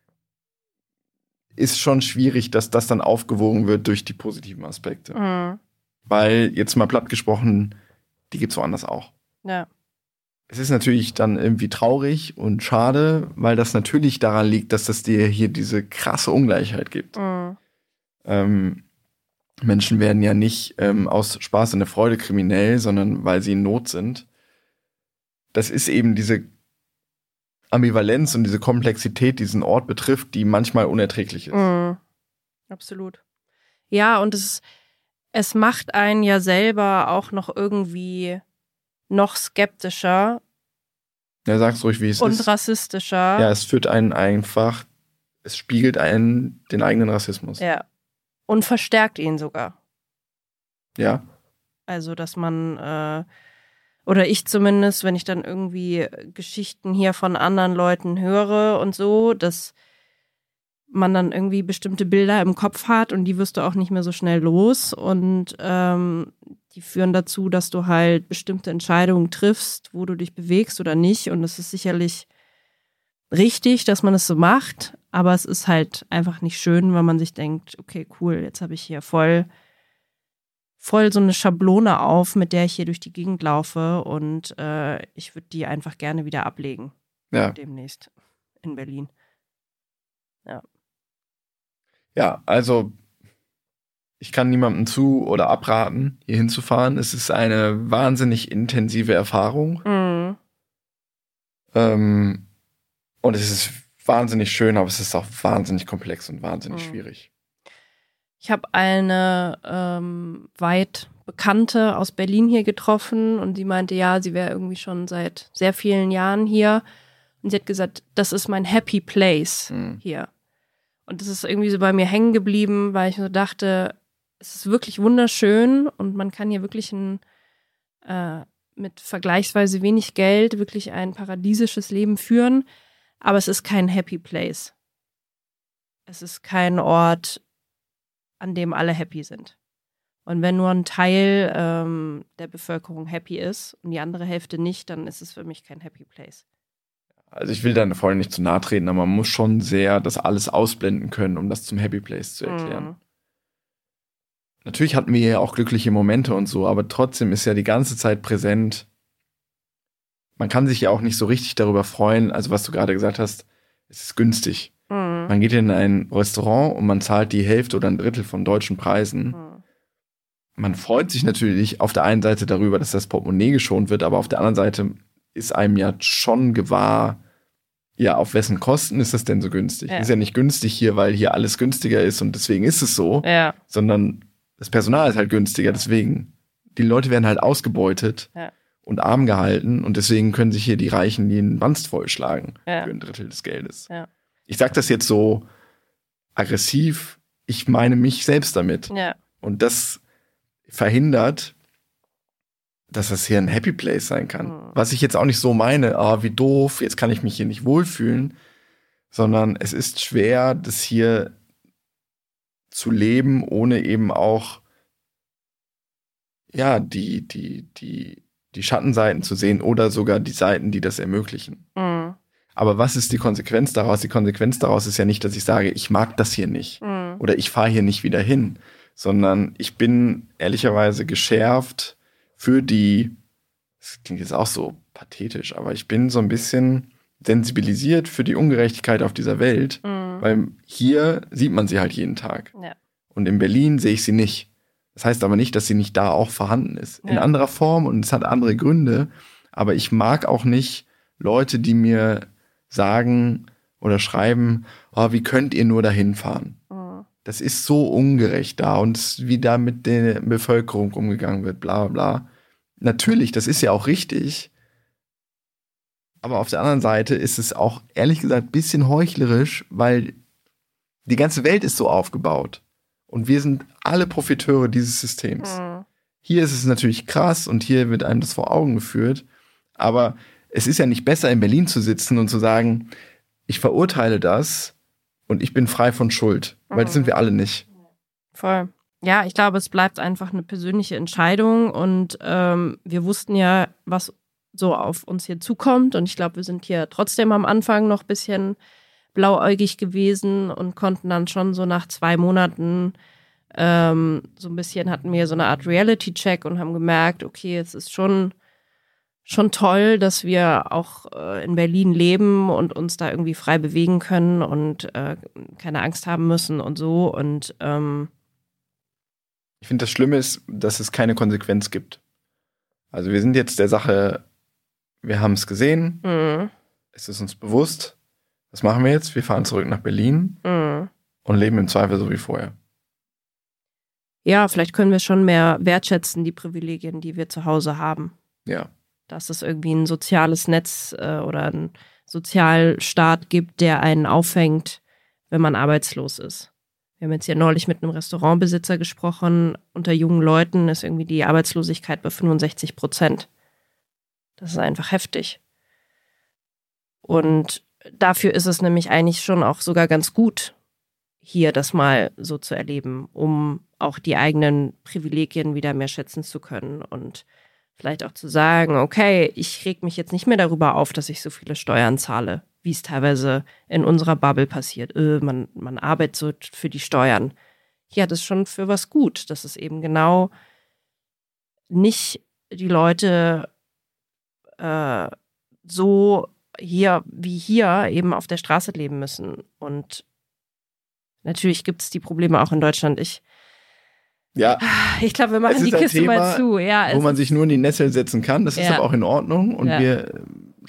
ist schon schwierig, dass das dann aufgewogen wird durch die positiven Aspekte. Mhm. Weil, jetzt mal platt gesprochen, die gibt's woanders auch. Ja. Es ist natürlich dann irgendwie traurig und schade, weil das natürlich daran liegt, dass es dir hier diese krasse Ungleichheit gibt. Mhm. Ähm, Menschen werden ja nicht ähm, aus Spaß und der Freude kriminell, sondern weil sie in Not sind. Das ist eben diese Ambivalenz und diese Komplexität, die diesen Ort betrifft, die manchmal unerträglich ist. Mhm. Absolut. Ja, und es, es macht einen ja selber auch noch irgendwie noch skeptischer Ja, sag's ruhig, wie es und ist. rassistischer. Ja, es führt einen einfach, es spiegelt einen den eigenen Rassismus. Ja. Und verstärkt ihn sogar. Ja. Also, dass man, äh, oder ich zumindest, wenn ich dann irgendwie Geschichten hier von anderen Leuten höre und so, dass man dann irgendwie bestimmte Bilder im Kopf hat und die wirst du auch nicht mehr so schnell los und ähm, die führen dazu, dass du halt bestimmte Entscheidungen triffst, wo du dich bewegst oder nicht, und es ist sicherlich richtig, dass man es so macht, aber es ist halt einfach nicht schön, weil man sich denkt, okay, cool, jetzt habe ich hier voll voll so eine Schablone auf, mit der ich hier durch die Gegend laufe, und äh, ich würde die einfach gerne wieder ablegen. Ja. Demnächst in Berlin. Ja. Ja, also ich kann niemandem zu- oder abraten, hier hinzufahren. Es ist eine wahnsinnig intensive Erfahrung. Mhm. Ähm, und es ist wahnsinnig schön, aber es ist auch wahnsinnig komplex und wahnsinnig mhm. schwierig. Ich habe eine ähm, weit Bekannte aus Berlin hier getroffen und sie meinte, ja, sie wäre irgendwie schon seit sehr vielen Jahren hier. Und sie hat gesagt, das ist mein Happy Place mhm. hier. Und das ist irgendwie so bei mir hängen geblieben, weil ich so dachte, es ist wirklich wunderschön und man kann hier wirklich ein, äh, mit vergleichsweise wenig Geld wirklich ein paradiesisches Leben führen. Aber es ist kein Happy Place. Es ist kein Ort, an dem alle happy sind. Und wenn nur ein Teil ähm, der Bevölkerung happy ist und die andere Hälfte nicht, dann ist es für mich kein Happy Place. Also ich will da vorhin nicht zu nahe treten, aber man muss schon sehr das alles ausblenden können, um das zum Happy Place zu erklären. Mhm. Natürlich hatten wir ja auch glückliche Momente und so, aber trotzdem ist ja die ganze Zeit präsent. Man kann sich ja auch nicht so richtig darüber freuen, also was du gerade gesagt hast, es ist günstig. Mhm. Man geht in ein Restaurant und man zahlt die Hälfte oder ein Drittel von deutschen Preisen. Mhm. Man freut sich natürlich auf der einen Seite darüber, dass das Portemonnaie geschont wird, aber auf der anderen Seite ist einem ja schon gewahr, ja, auf wessen Kosten ist das denn so günstig? Ja. Ist ja nicht günstig hier, weil hier alles günstiger ist und deswegen ist es so, ja. sondern das Personal ist halt günstiger, deswegen. Die Leute werden halt ausgebeutet ja. und arm gehalten und deswegen können sich hier die Reichen den Wanst vollschlagen ja. für ein Drittel des Geldes. Ja. Ich sag das jetzt so aggressiv, ich meine mich selbst damit. Ja. Und das verhindert, dass das hier ein Happy Place sein kann. Mhm. Was ich jetzt auch nicht so meine, ah, wie doof, jetzt kann ich mich hier nicht wohlfühlen, sondern es ist schwer, das hier zu leben, ohne eben auch ja, die, die, die, die Schattenseiten zu sehen oder sogar die Seiten, die das ermöglichen. Mhm. Aber was ist die Konsequenz daraus? Die Konsequenz daraus ist ja nicht, dass ich sage, ich mag das hier nicht mhm. oder ich fahre hier nicht wieder hin, sondern ich bin ehrlicherweise geschärft für die, das klingt jetzt auch so pathetisch, aber ich bin so ein bisschen sensibilisiert für die Ungerechtigkeit auf dieser Welt, mhm. weil hier sieht man sie halt jeden Tag. Ja. Und in Berlin sehe ich sie nicht. Das heißt aber nicht, dass sie nicht da auch vorhanden ist. Ja. In anderer Form und es hat andere Gründe, aber ich mag auch nicht Leute, die mir sagen oder schreiben, oh, wie könnt ihr nur dahin fahren? Mhm. Das ist so ungerecht da und wie da mit der Bevölkerung umgegangen wird, bla bla bla. Natürlich, das ist ja auch richtig, aber auf der anderen Seite ist es auch, ehrlich gesagt, ein bisschen heuchlerisch, weil die ganze Welt ist so aufgebaut und wir sind alle Profiteure dieses Systems. Mhm. Hier ist es natürlich krass und hier wird einem das vor Augen geführt, aber es ist ja nicht besser, in Berlin zu sitzen und zu sagen, ich verurteile das und ich bin frei von Schuld, weil das sind wir alle nicht. Voll. Ja, ich glaube, es bleibt einfach eine persönliche Entscheidung und ähm, wir wussten ja, was so auf uns hier zukommt und ich glaube, wir sind hier trotzdem am Anfang noch ein bisschen blauäugig gewesen und konnten dann schon so nach zwei Monaten ähm, so ein bisschen, hatten wir so eine Art Reality-Check und haben gemerkt, okay, es ist schon schon toll, dass wir auch äh, in Berlin leben und uns da irgendwie frei bewegen können und äh, keine Angst haben müssen und so. Und ähm ich finde, das Schlimme ist, dass es keine Konsequenz gibt. Also wir sind jetzt der Sache, wir haben es gesehen, mhm. es ist uns bewusst. Was machen wir jetzt? Wir fahren zurück nach Berlin mhm. und leben im Zweifel so wie vorher. Ja, vielleicht können wir schon mehr wertschätzen, die Privilegien, die wir zu Hause haben. Ja. Dass es irgendwie ein soziales Netz äh, oder einen Sozialstaat gibt, der einen auffängt, wenn man arbeitslos ist. Wir haben jetzt hier neulich mit einem Restaurantbesitzer gesprochen. Unter jungen Leuten ist irgendwie die Arbeitslosigkeit bei fünfundsechzig Prozent. Das ist einfach heftig. Und dafür ist es nämlich eigentlich schon auch sogar ganz gut, hier das mal so zu erleben, um auch die eigenen Privilegien wieder mehr schätzen zu können und vielleicht auch zu sagen, okay, ich reg mich jetzt nicht mehr darüber auf, dass ich so viele Steuern zahle, wie es teilweise in unserer Bubble passiert. Äh, man, man arbeitet so für die Steuern. Hier hat es schon für was gut, dass es eben genau nicht die Leute äh, so hier wie hier eben auf der Straße leben müssen. Und natürlich gibt es die Probleme auch in Deutschland. Ich Ja, ich glaube, wir machen die Kiste Thema, mal zu. Ja, wo man sich nur in die Nessel setzen kann. Das ist ja. aber auch in Ordnung. Und ja. wir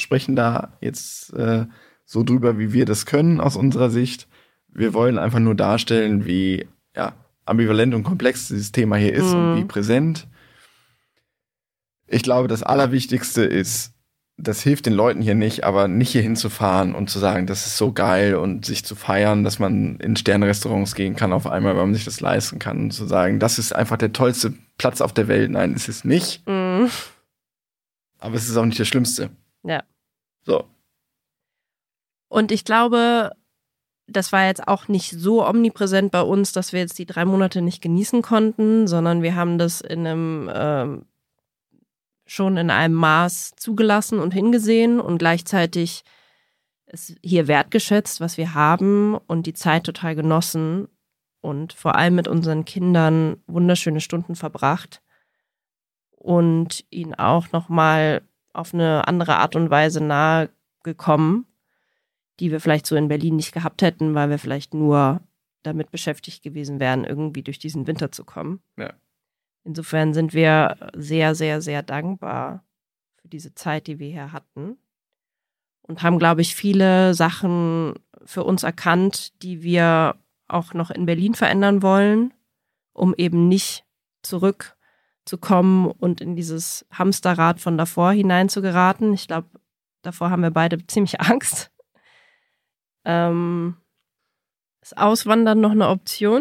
sprechen da jetzt äh, so drüber, wie wir das können aus unserer Sicht. Wir wollen einfach nur darstellen, wie ja, ambivalent und komplex dieses Thema hier ist mhm. und wie präsent. Ich glaube, das Allerwichtigste ist, das hilft den Leuten hier nicht, aber nicht hier hinzufahren und zu sagen, das ist so geil und sich zu feiern, dass man in Sternrestaurants gehen kann auf einmal, weil man sich das leisten kann und zu sagen, das ist einfach der tollste Platz auf der Welt. Nein, ist es nicht. Mhm. Aber es ist auch nicht das Schlimmste. Ja. So. Und ich glaube, das war jetzt auch nicht so omnipräsent bei uns, dass wir jetzt die drei Monate nicht genießen konnten, sondern wir haben das in einem ähm, schon in einem Maß zugelassen und hingesehen und gleichzeitig es hier wertgeschätzt, was wir haben und die Zeit total genossen und vor allem mit unseren Kindern wunderschöne Stunden verbracht und ihnen auch nochmal auf eine andere Art und Weise nahe gekommen, die wir vielleicht so in Berlin nicht gehabt hätten, weil wir vielleicht nur damit beschäftigt gewesen wären, irgendwie durch diesen Winter zu kommen. Ja. Insofern sind wir sehr, sehr, sehr dankbar für diese Zeit, die wir hier hatten und haben, glaube ich, viele Sachen für uns erkannt, die wir auch noch in Berlin verändern wollen, um eben nicht zurückzukommen und in dieses Hamsterrad von davor hineinzugeraten. Ich glaube, davor haben wir beide ziemlich Angst. Ähm, ist Auswandern noch eine Option?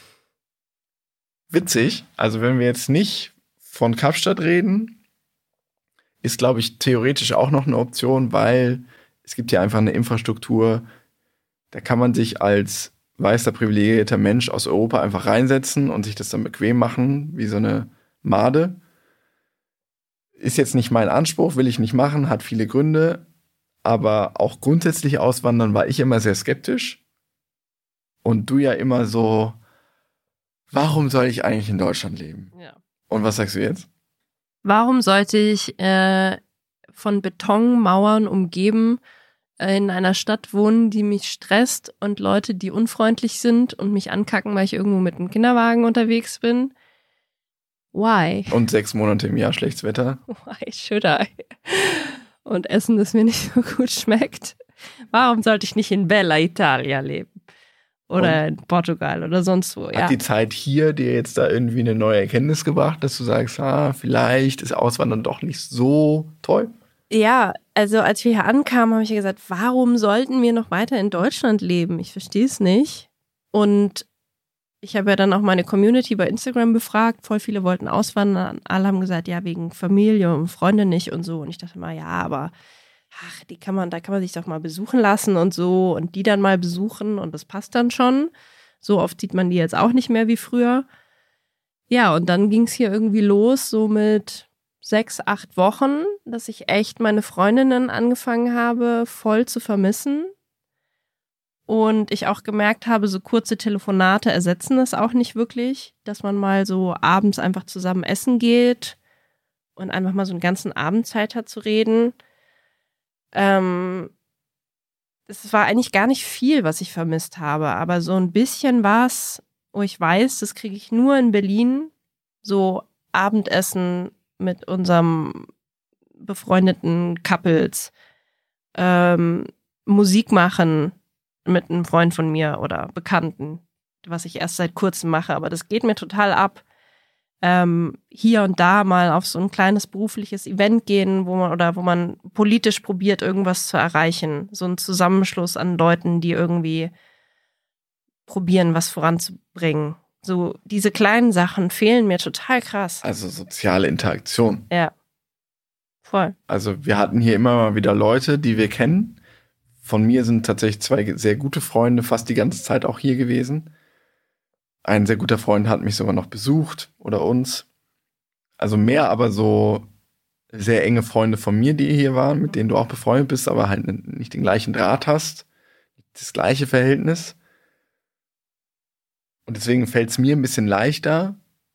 Witzig, also wenn wir jetzt nicht von Kapstadt reden, ist, glaube ich, theoretisch auch noch eine Option, weil es gibt ja einfach eine Infrastruktur, da kann man sich als weißer, privilegierter Mensch aus Europa einfach reinsetzen und sich das dann bequem machen, wie so eine Made. Ist jetzt nicht mein Anspruch, will ich nicht machen, hat viele Gründe, aber auch grundsätzlich auswandern war ich immer sehr skeptisch und du ja immer so, warum soll ich eigentlich in Deutschland leben? Ja. Und was sagst du jetzt? Warum sollte ich äh, von Betonmauern umgeben äh, in einer Stadt wohnen, die mich stresst und Leute, die unfreundlich sind und mich ankacken, weil ich irgendwo mit einem Kinderwagen unterwegs bin? Why? Und sechs Monate im Jahr schlechtes Wetter? Why should I? Und Essen, das mir nicht so gut schmeckt. Warum sollte ich nicht in Bella Italia leben? Oder und in Portugal oder sonst wo, hat ja. Hat die Zeit hier dir jetzt da irgendwie eine neue Erkenntnis gebracht, dass du sagst, ah, vielleicht ist Auswandern doch nicht so toll? Ja, also als wir hier ankamen, habe ich ja gesagt, warum sollten wir noch weiter in Deutschland leben? Ich verstehe es nicht. Und ich habe ja dann auch meine Community bei Instagram befragt, voll viele wollten auswandern, alle haben gesagt, ja, wegen Familie und Freunde nicht und so. Und ich dachte mal, ja, aber ach, die kann man, da kann man sich doch mal besuchen lassen und so und die dann mal besuchen und das passt dann schon. So oft sieht man die jetzt auch nicht mehr wie früher. Ja, und dann ging es hier irgendwie los, so mit sechs, acht Wochen, dass ich echt meine Freundinnen angefangen habe, voll zu vermissen. Und ich auch gemerkt habe, so kurze Telefonate ersetzen das auch nicht wirklich, dass man mal so abends einfach zusammen essen geht und einfach mal so einen ganzen Abend Zeit hat zu reden. Ähm, es war eigentlich gar nicht viel, was ich vermisst habe, aber so ein bisschen war es, wo ich weiß, das kriege ich nur in Berlin, so Abendessen mit unserem befreundeten Couples, ähm, Musik machen mit einem Freund von mir oder Bekannten, was ich erst seit kurzem mache, aber das geht mir total ab. Ähm, hier und da mal auf so ein kleines berufliches Event gehen, wo man oder wo man politisch probiert, irgendwas zu erreichen. So ein Zusammenschluss an Leuten, die irgendwie probieren, was voranzubringen. So diese kleinen Sachen fehlen mir total krass. Also soziale Interaktion. Ja, voll. Also wir hatten hier immer mal wieder Leute, die wir kennen. Von mir sind tatsächlich zwei sehr gute Freunde fast die ganze Zeit auch hier gewesen. Ein sehr guter Freund hat mich sogar noch besucht oder uns. Also mehr aber so sehr enge Freunde von mir, die hier waren, mit denen du auch befreundet bist, aber halt nicht den gleichen Draht hast, das gleiche Verhältnis. Und deswegen fällt es mir ein bisschen leichter.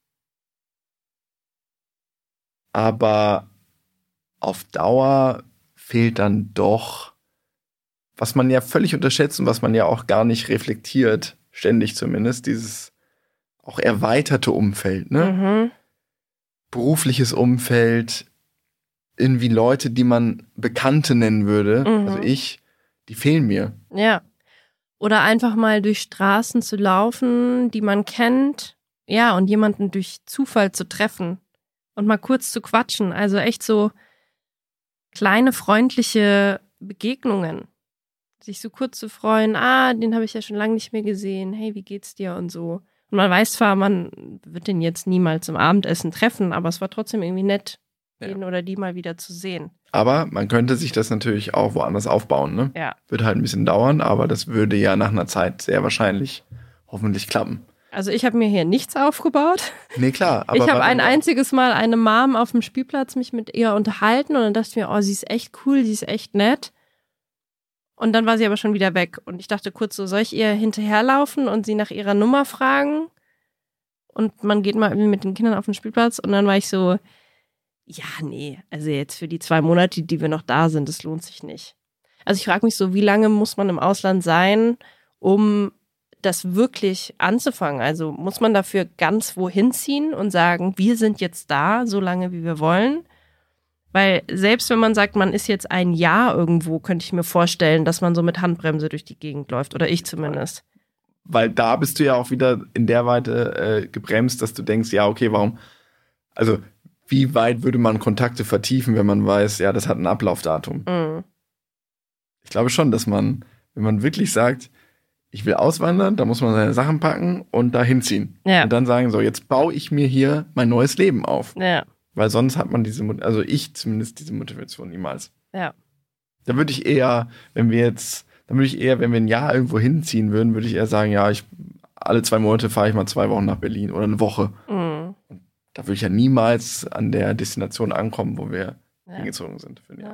Aber auf Dauer fehlt dann doch, was man ja völlig unterschätzt und was man ja auch gar nicht reflektiert, ständig zumindest, dieses auch erweiterte Umfeld, ne? Mhm. Berufliches Umfeld, irgendwie Leute, die man Bekannte nennen würde, Mhm. also ich, die fehlen mir. Ja. Oder einfach mal durch Straßen zu laufen, die man kennt. Ja, und jemanden durch Zufall zu treffen und mal kurz zu quatschen. Also echt so kleine, freundliche Begegnungen. Sich so kurz zu freuen, ah, den habe ich ja schon lange nicht mehr gesehen. Hey, wie geht's dir und so. Und man weiß zwar, man wird den jetzt niemals zum Abendessen treffen, aber es war trotzdem irgendwie nett, Ja. den oder die mal wieder zu sehen. Aber man könnte sich das natürlich auch woanders aufbauen, ne? Ja. Wird halt ein bisschen dauern, aber das würde ja nach einer Zeit sehr wahrscheinlich hoffentlich klappen. Also ich habe mir hier nichts aufgebaut. Nee, klar. Aber ich habe warum ein auch? einziges Mal eine Mom auf dem Spielplatz mich mit ihr unterhalten und dann dachte ich mir, oh, sie ist echt cool, sie ist echt nett. Und dann war sie aber schon wieder weg. Und ich dachte kurz so, soll ich ihr hinterherlaufen und sie nach ihrer Nummer fragen? Und man geht mal mit den Kindern auf den Spielplatz und dann war ich so, ja, nee, also jetzt für die zwei Monate, die wir noch da sind, das lohnt sich nicht. Also ich frage mich so, wie lange muss man im Ausland sein, um das wirklich anzufangen? Also muss man dafür ganz wohin ziehen und sagen, wir sind jetzt da, so lange wie wir wollen? Weil selbst wenn man sagt, man ist jetzt ein Jahr irgendwo, könnte ich mir vorstellen, dass man so mit Handbremse durch die Gegend läuft. Oder ich zumindest. Weil da bist du ja auch wieder in der Weite äh, gebremst, dass du denkst, ja, okay, warum, also wie weit würde man Kontakte vertiefen, wenn man weiß, ja, das hat ein Ablaufdatum? Mhm. Ich glaube schon, dass man, wenn man wirklich sagt, ich will auswandern, da muss man seine Sachen packen und da hinziehen. Ja. Und dann sagen, so, jetzt baue ich mir hier mein neues Leben auf. Ja, Weil sonst hat man diese, Mot- also ich zumindest diese Motivation niemals. ja. Da würde ich eher, wenn wir jetzt, dann würde ich eher, wenn wir ein Jahr irgendwo hinziehen würden, würde ich eher sagen, ja, ich alle zwei Monate fahre ich mal zwei Wochen nach Berlin oder eine Woche. Mhm. Da würde ich ja niemals an der Destination ankommen, wo wir Ja. hingezogen sind. Für ein Jahr. Ja.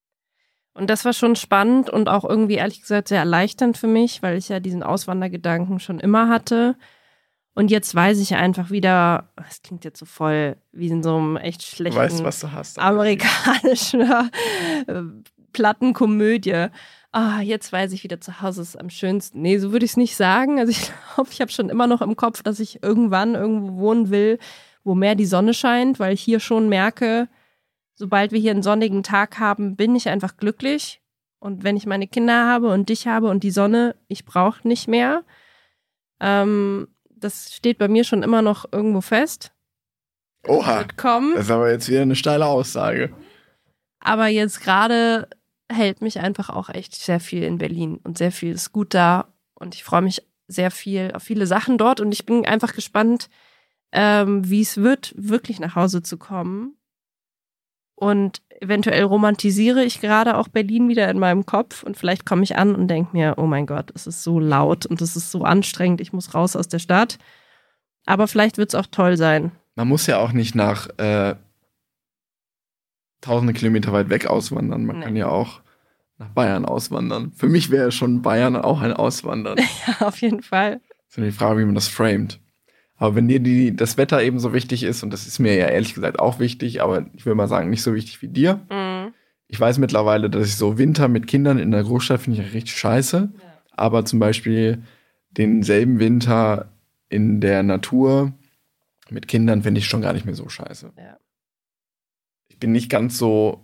Und das war schon spannend und auch irgendwie ehrlich gesagt sehr erleichternd für mich, weil ich ja diesen Auswandergedanken schon immer hatte. Und jetzt weiß ich einfach wieder, das klingt jetzt so voll wie in so einem echt Du schlechten weißt, was du hast. amerikanischen äh, Plattenkomödie. Ah, jetzt weiß ich wieder, zu Hause ist am schönsten. Nee, so würde ich es nicht sagen. Also ich glaube, ich habe schon immer noch im Kopf, dass ich irgendwann irgendwo wohnen will, wo mehr die Sonne scheint, weil ich hier schon merke, sobald wir hier einen sonnigen Tag haben, bin ich einfach glücklich. Und wenn ich meine Kinder habe und dich habe und die Sonne, ich brauche nicht mehr. Ähm, das steht bei mir schon immer noch irgendwo fest. Oha, Wird kommen. das ist aber jetzt wieder eine steile Aussage. Aber jetzt gerade hält mich einfach auch echt sehr viel in Berlin und sehr viel ist gut da. Und ich freue mich sehr viel auf viele Sachen dort. Und ich bin einfach gespannt, ähm, wie es wird, wirklich nach Hause zu kommen. Und eventuell romantisiere ich gerade auch Berlin wieder in meinem Kopf. Und vielleicht komme ich an und denke mir, oh mein Gott, es ist so laut und es ist so anstrengend. Ich muss raus aus der Stadt. Aber vielleicht wird es auch toll sein. Man muss ja auch nicht nach äh, tausende Kilometer weit weg auswandern. Man Nee. kann ja auch nach Bayern auswandern. Für mich wäre schon Bayern auch ein Auswandern. Ja, auf jeden Fall. Das ist nur die Frage, wie man das framet. Aber wenn dir die, das Wetter eben so wichtig ist, und das ist mir ja ehrlich gesagt auch wichtig, aber ich will mal sagen, nicht so wichtig wie dir. Mhm. Ich weiß mittlerweile, dass ich so Winter mit Kindern in der Großstadt finde ich richtig scheiße. Ja. Aber zum Beispiel denselben Winter in der Natur mit Kindern finde ich schon gar nicht mehr so scheiße. Ja. Ich bin nicht ganz so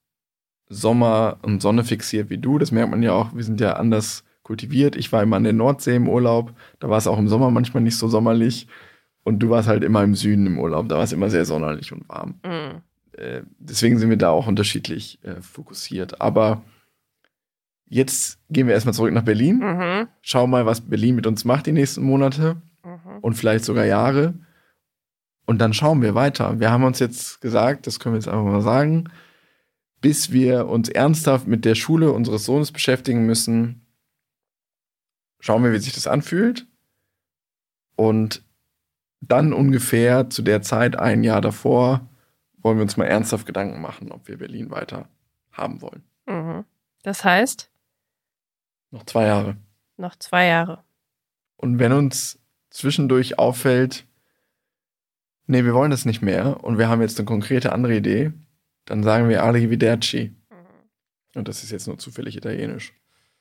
Sommer und Sonne fixiert wie du. Das merkt man ja auch. Wir sind ja anders kultiviert. Ich war immer an der Nordsee im Urlaub. Da war es auch im Sommer manchmal nicht so sommerlich. Und du warst halt immer im Süden im Urlaub. Da war es immer sehr sonderlich und warm. Mhm. Äh, deswegen sind wir da auch unterschiedlich äh, fokussiert. Aber jetzt gehen wir erstmal zurück nach Berlin. Mhm. Schauen mal, was Berlin mit uns macht die nächsten Monate Mhm. und vielleicht sogar Jahre. Und dann schauen wir weiter. Wir haben uns jetzt gesagt, das können wir jetzt einfach mal sagen, bis wir uns ernsthaft mit der Schule unseres Sohnes beschäftigen müssen, schauen wir, wie sich das anfühlt. Und dann ungefähr zu der Zeit, ein Jahr davor, wollen wir uns mal ernsthaft Gedanken machen, ob wir Berlin weiter haben wollen. Mhm. Das heißt, Noch zwei Jahre. noch zwei Jahre. Und wenn uns zwischendurch auffällt, nee, wir wollen das nicht mehr und wir haben jetzt eine konkrete andere Idee, dann sagen wir Arrivederci. Und das ist jetzt nur zufällig italienisch.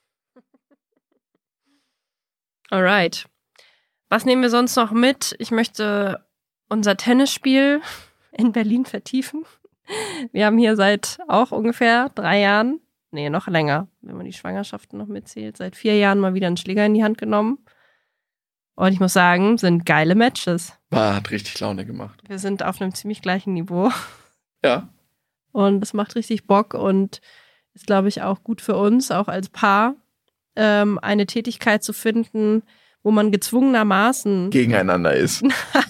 Alright. Was nehmen wir sonst noch mit? Ich möchte unser Tennisspiel in Berlin vertiefen. Wir haben hier seit auch ungefähr drei Jahren, nee, noch länger, wenn man die Schwangerschaften noch mitzählt, seit vier Jahren mal wieder einen Schläger in die Hand genommen. Und ich muss sagen, sind geile Matches. War, hat richtig Laune gemacht. Wir sind auf einem ziemlich gleichen Niveau. Ja. Und es macht richtig Bock und ist, glaube ich, auch gut für uns, auch als Paar, ähm, eine Tätigkeit zu finden, wo man gezwungenermaßen Gegeneinander ist.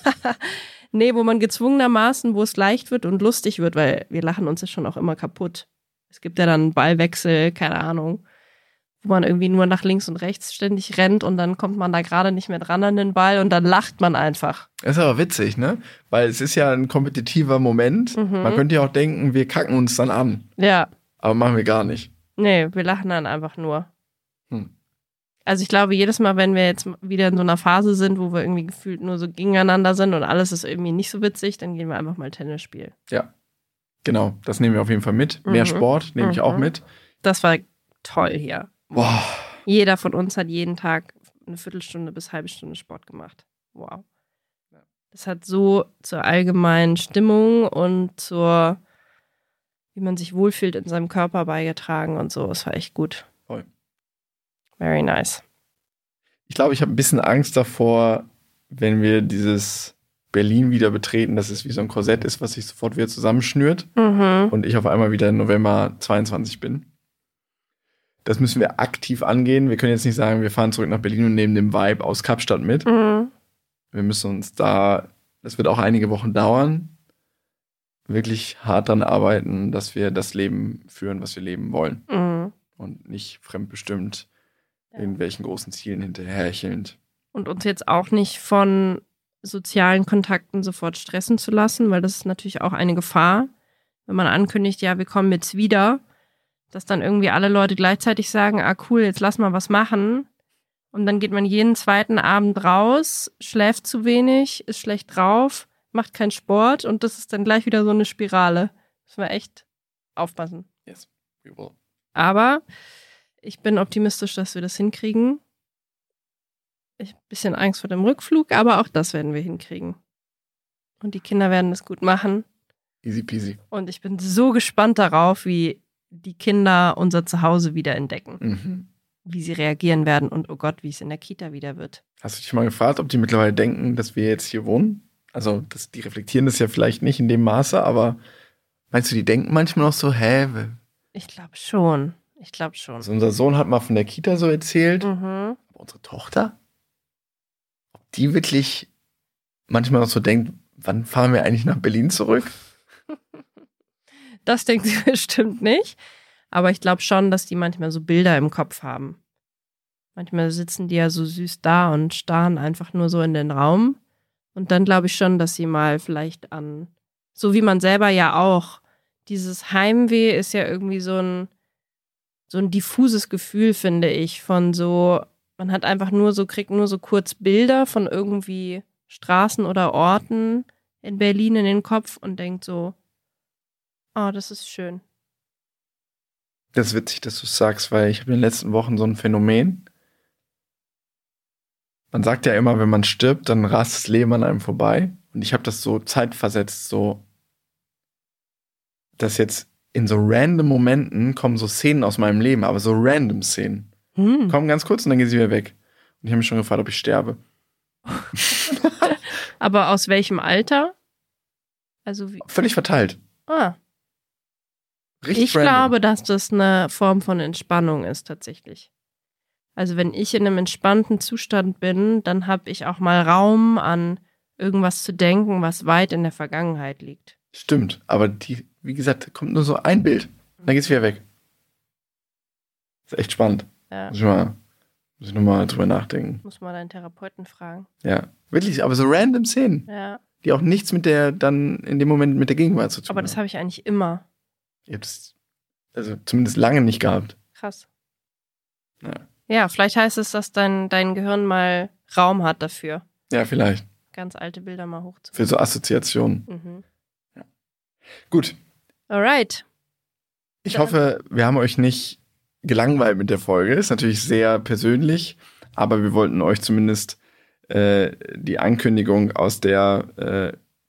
Nee, wo man gezwungenermaßen, wo es leicht wird und lustig wird, weil wir lachen uns ja schon auch immer kaputt. Es gibt ja dann Ballwechsel, keine Ahnung, wo man irgendwie nur nach links und rechts ständig rennt und dann kommt man da gerade nicht mehr dran an den Ball und dann lacht man einfach. Das ist aber witzig, ne? Weil es ist ja ein kompetitiver Moment. Mhm. Man könnte ja auch denken, wir kacken uns dann an. Ja. Aber machen wir gar nicht. Nee, wir lachen dann einfach nur. Hm. Also ich glaube, jedes Mal, wenn wir jetzt wieder in so einer Phase sind, wo wir irgendwie gefühlt nur so gegeneinander sind und alles ist irgendwie nicht so witzig, dann gehen wir einfach mal Tennis spielen. Ja, genau. Das nehmen wir auf jeden Fall mit. Mehr Mhm. Sport nehme ich Mhm. auch mit. Das war toll hier. Boah. Jeder von uns hat jeden Tag eine Viertelstunde bis halbe Stunde Sport gemacht. Wow. Das hat so zur allgemeinen Stimmung und zur, wie man sich wohlfühlt in seinem Körper beigetragen und so. Es war echt gut. Voll. Very nice. Ich glaube, ich habe ein bisschen Angst davor, wenn wir dieses Berlin wieder betreten, dass es wie so ein Korsett ist, was sich sofort wieder zusammenschnürt Mhm. und ich auf einmal wieder im November zweiundzwanzig bin. Das müssen wir aktiv angehen. Wir können jetzt nicht sagen, wir fahren zurück nach Berlin und nehmen den Vibe aus Kapstadt mit. Mhm. Wir müssen uns da, das wird auch einige Wochen dauern, wirklich hart daran arbeiten, dass wir das Leben führen, was wir leben wollen. Mhm. Und nicht fremdbestimmt Ja. irgendwelchen großen Zielen hinterherhechelnd. Und uns jetzt auch nicht von sozialen Kontakten sofort stressen zu lassen, weil das ist natürlich auch eine Gefahr, wenn man ankündigt, ja, wir kommen jetzt wieder, dass dann irgendwie alle Leute gleichzeitig sagen, ah cool, jetzt lass mal was machen. Und dann geht man jeden zweiten Abend raus, schläft zu wenig, ist schlecht drauf, macht keinen Sport und das ist dann gleich wieder so eine Spirale. Müssen wir echt aufpassen. Yes, we will. Aber ich bin optimistisch, dass wir das hinkriegen. Ich habe ein bisschen Angst vor dem Rückflug, aber auch das werden wir hinkriegen. Und die Kinder werden das gut machen. Easy peasy. Und ich bin so gespannt darauf, wie die Kinder unser Zuhause wieder entdecken. Mhm. Wie sie reagieren werden und oh Gott, wie es in der Kita wieder wird. Hast du dich mal gefragt, ob die mittlerweile denken, dass wir jetzt hier wohnen? Also, das, die reflektieren das ja vielleicht nicht in dem Maße, aber meinst du, die denken manchmal noch so, hä? Ich glaube schon. Ich glaube schon. Also unser Sohn hat mal von der Kita so erzählt, Mhm. aber unsere Tochter, ob die wirklich manchmal noch so denkt, wann fahren wir eigentlich nach Berlin zurück? Das denkt sie bestimmt nicht. Aber ich glaube schon, dass die manchmal so Bilder im Kopf haben. Manchmal sitzen die ja so süß da und starren einfach nur so in den Raum. Und dann glaube ich schon, dass sie mal vielleicht an, so wie man selber ja auch, dieses Heimweh ist ja irgendwie so ein, so ein diffuses Gefühl, finde ich, von so, man hat einfach nur so, kriegt nur so kurz Bilder von irgendwie Straßen oder Orten in Berlin in den Kopf und denkt so, oh, das ist schön. Das ist witzig, dass du es sagst, weil ich habe in den letzten Wochen so ein Phänomen. Man sagt ja immer, wenn man stirbt, dann rast das Leben an einem vorbei. Und ich habe das so zeitversetzt, so, dass jetzt in so random Momenten kommen so Szenen aus meinem Leben, aber so random Szenen. Hm. Kommen ganz kurz und dann gehen sie wieder weg. Und ich habe mich schon gefragt, ob ich sterbe. Aber aus welchem Alter? Also wie? Völlig verteilt. Ah, Richtig ich random. glaube, dass das eine Form von Entspannung ist tatsächlich. Also wenn ich in einem entspannten Zustand bin, dann habe ich auch mal Raum, an irgendwas zu denken, was weit in der Vergangenheit liegt. Stimmt, aber die, wie gesagt, da kommt nur so ein Bild. Dann geht's wieder weg. Das ist echt spannend. Ja. Muss ich mal, muss ich nochmal drüber nachdenken. Muss mal deinen Therapeuten fragen. Ja, wirklich, aber so random Szenen, Ja. die auch nichts mit der, dann in dem Moment mit der Gegenwart zu tun Aber das haben. habe ich eigentlich immer. Ich habe es also zumindest lange nicht gehabt. Krass. Ja. Ja, vielleicht heißt es, dass dein, dein Gehirn mal Raum hat dafür, Ja, vielleicht. ganz alte Bilder mal hochzuholen. Für so Assoziationen. Mhm. Gut, Alright. ich Dann- hoffe, wir haben euch nicht gelangweilt mit der Folge. Ist natürlich sehr persönlich, aber wir wollten euch zumindest äh, die Ankündigung aus der äh,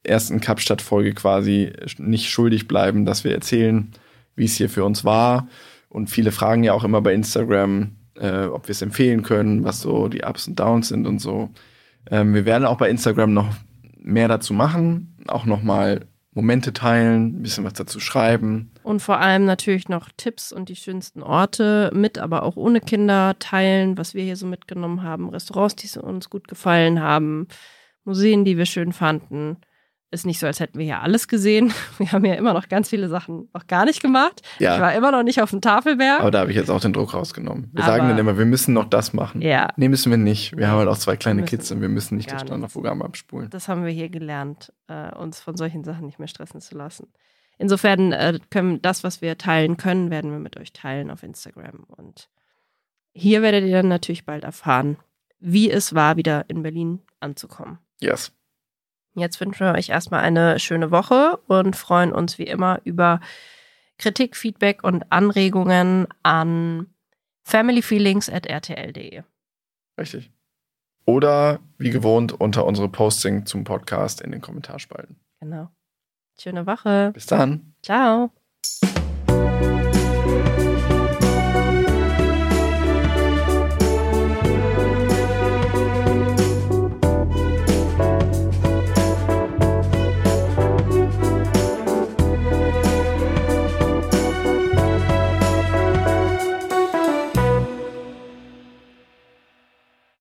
ersten Kapstadt-Folge quasi nicht schuldig bleiben, dass wir erzählen, wie es hier für uns war. Und viele fragen ja auch immer bei Instagram, äh, ob wir es empfehlen können, was so die Ups und Downs sind und so. Ähm, wir werden auch bei Instagram noch mehr dazu machen, auch nochmal Momente teilen, ein bisschen was dazu schreiben. Und vor allem natürlich noch Tipps und die schönsten Orte mit, aber auch ohne Kinder teilen, was wir hier so mitgenommen haben. Restaurants, die uns gut gefallen haben, Museen, die wir schön fanden. Ist nicht so, als hätten wir hier alles gesehen. Wir haben ja immer noch ganz viele Sachen noch gar nicht gemacht. Ja. Ich war immer noch nicht auf dem Tafelberg. Aber da habe ich jetzt auch den Druck rausgenommen. Wir Aber sagen dann immer, wir müssen noch das machen. Ja. Nee, müssen wir nicht. Wir haben halt auch zwei kleine müssen Kids und wir müssen nicht gar das Standardprogramm abspulen. Das haben wir hier gelernt, äh, uns von solchen Sachen nicht mehr stressen zu lassen. Insofern äh, können das, was wir teilen können, werden wir mit euch teilen auf Instagram. Und hier werdet ihr dann natürlich bald erfahren, wie es war, wieder in Berlin anzukommen. Yes. Jetzt wünschen wir euch erstmal eine schöne Woche und freuen uns wie immer über Kritik, Feedback und Anregungen an familyfeelings at r t l punkt d e. Richtig. Oder wie gewohnt unter unsere Posting zum Podcast in den Kommentarspalten. Genau. Schöne Woche. Bis dann. Ciao.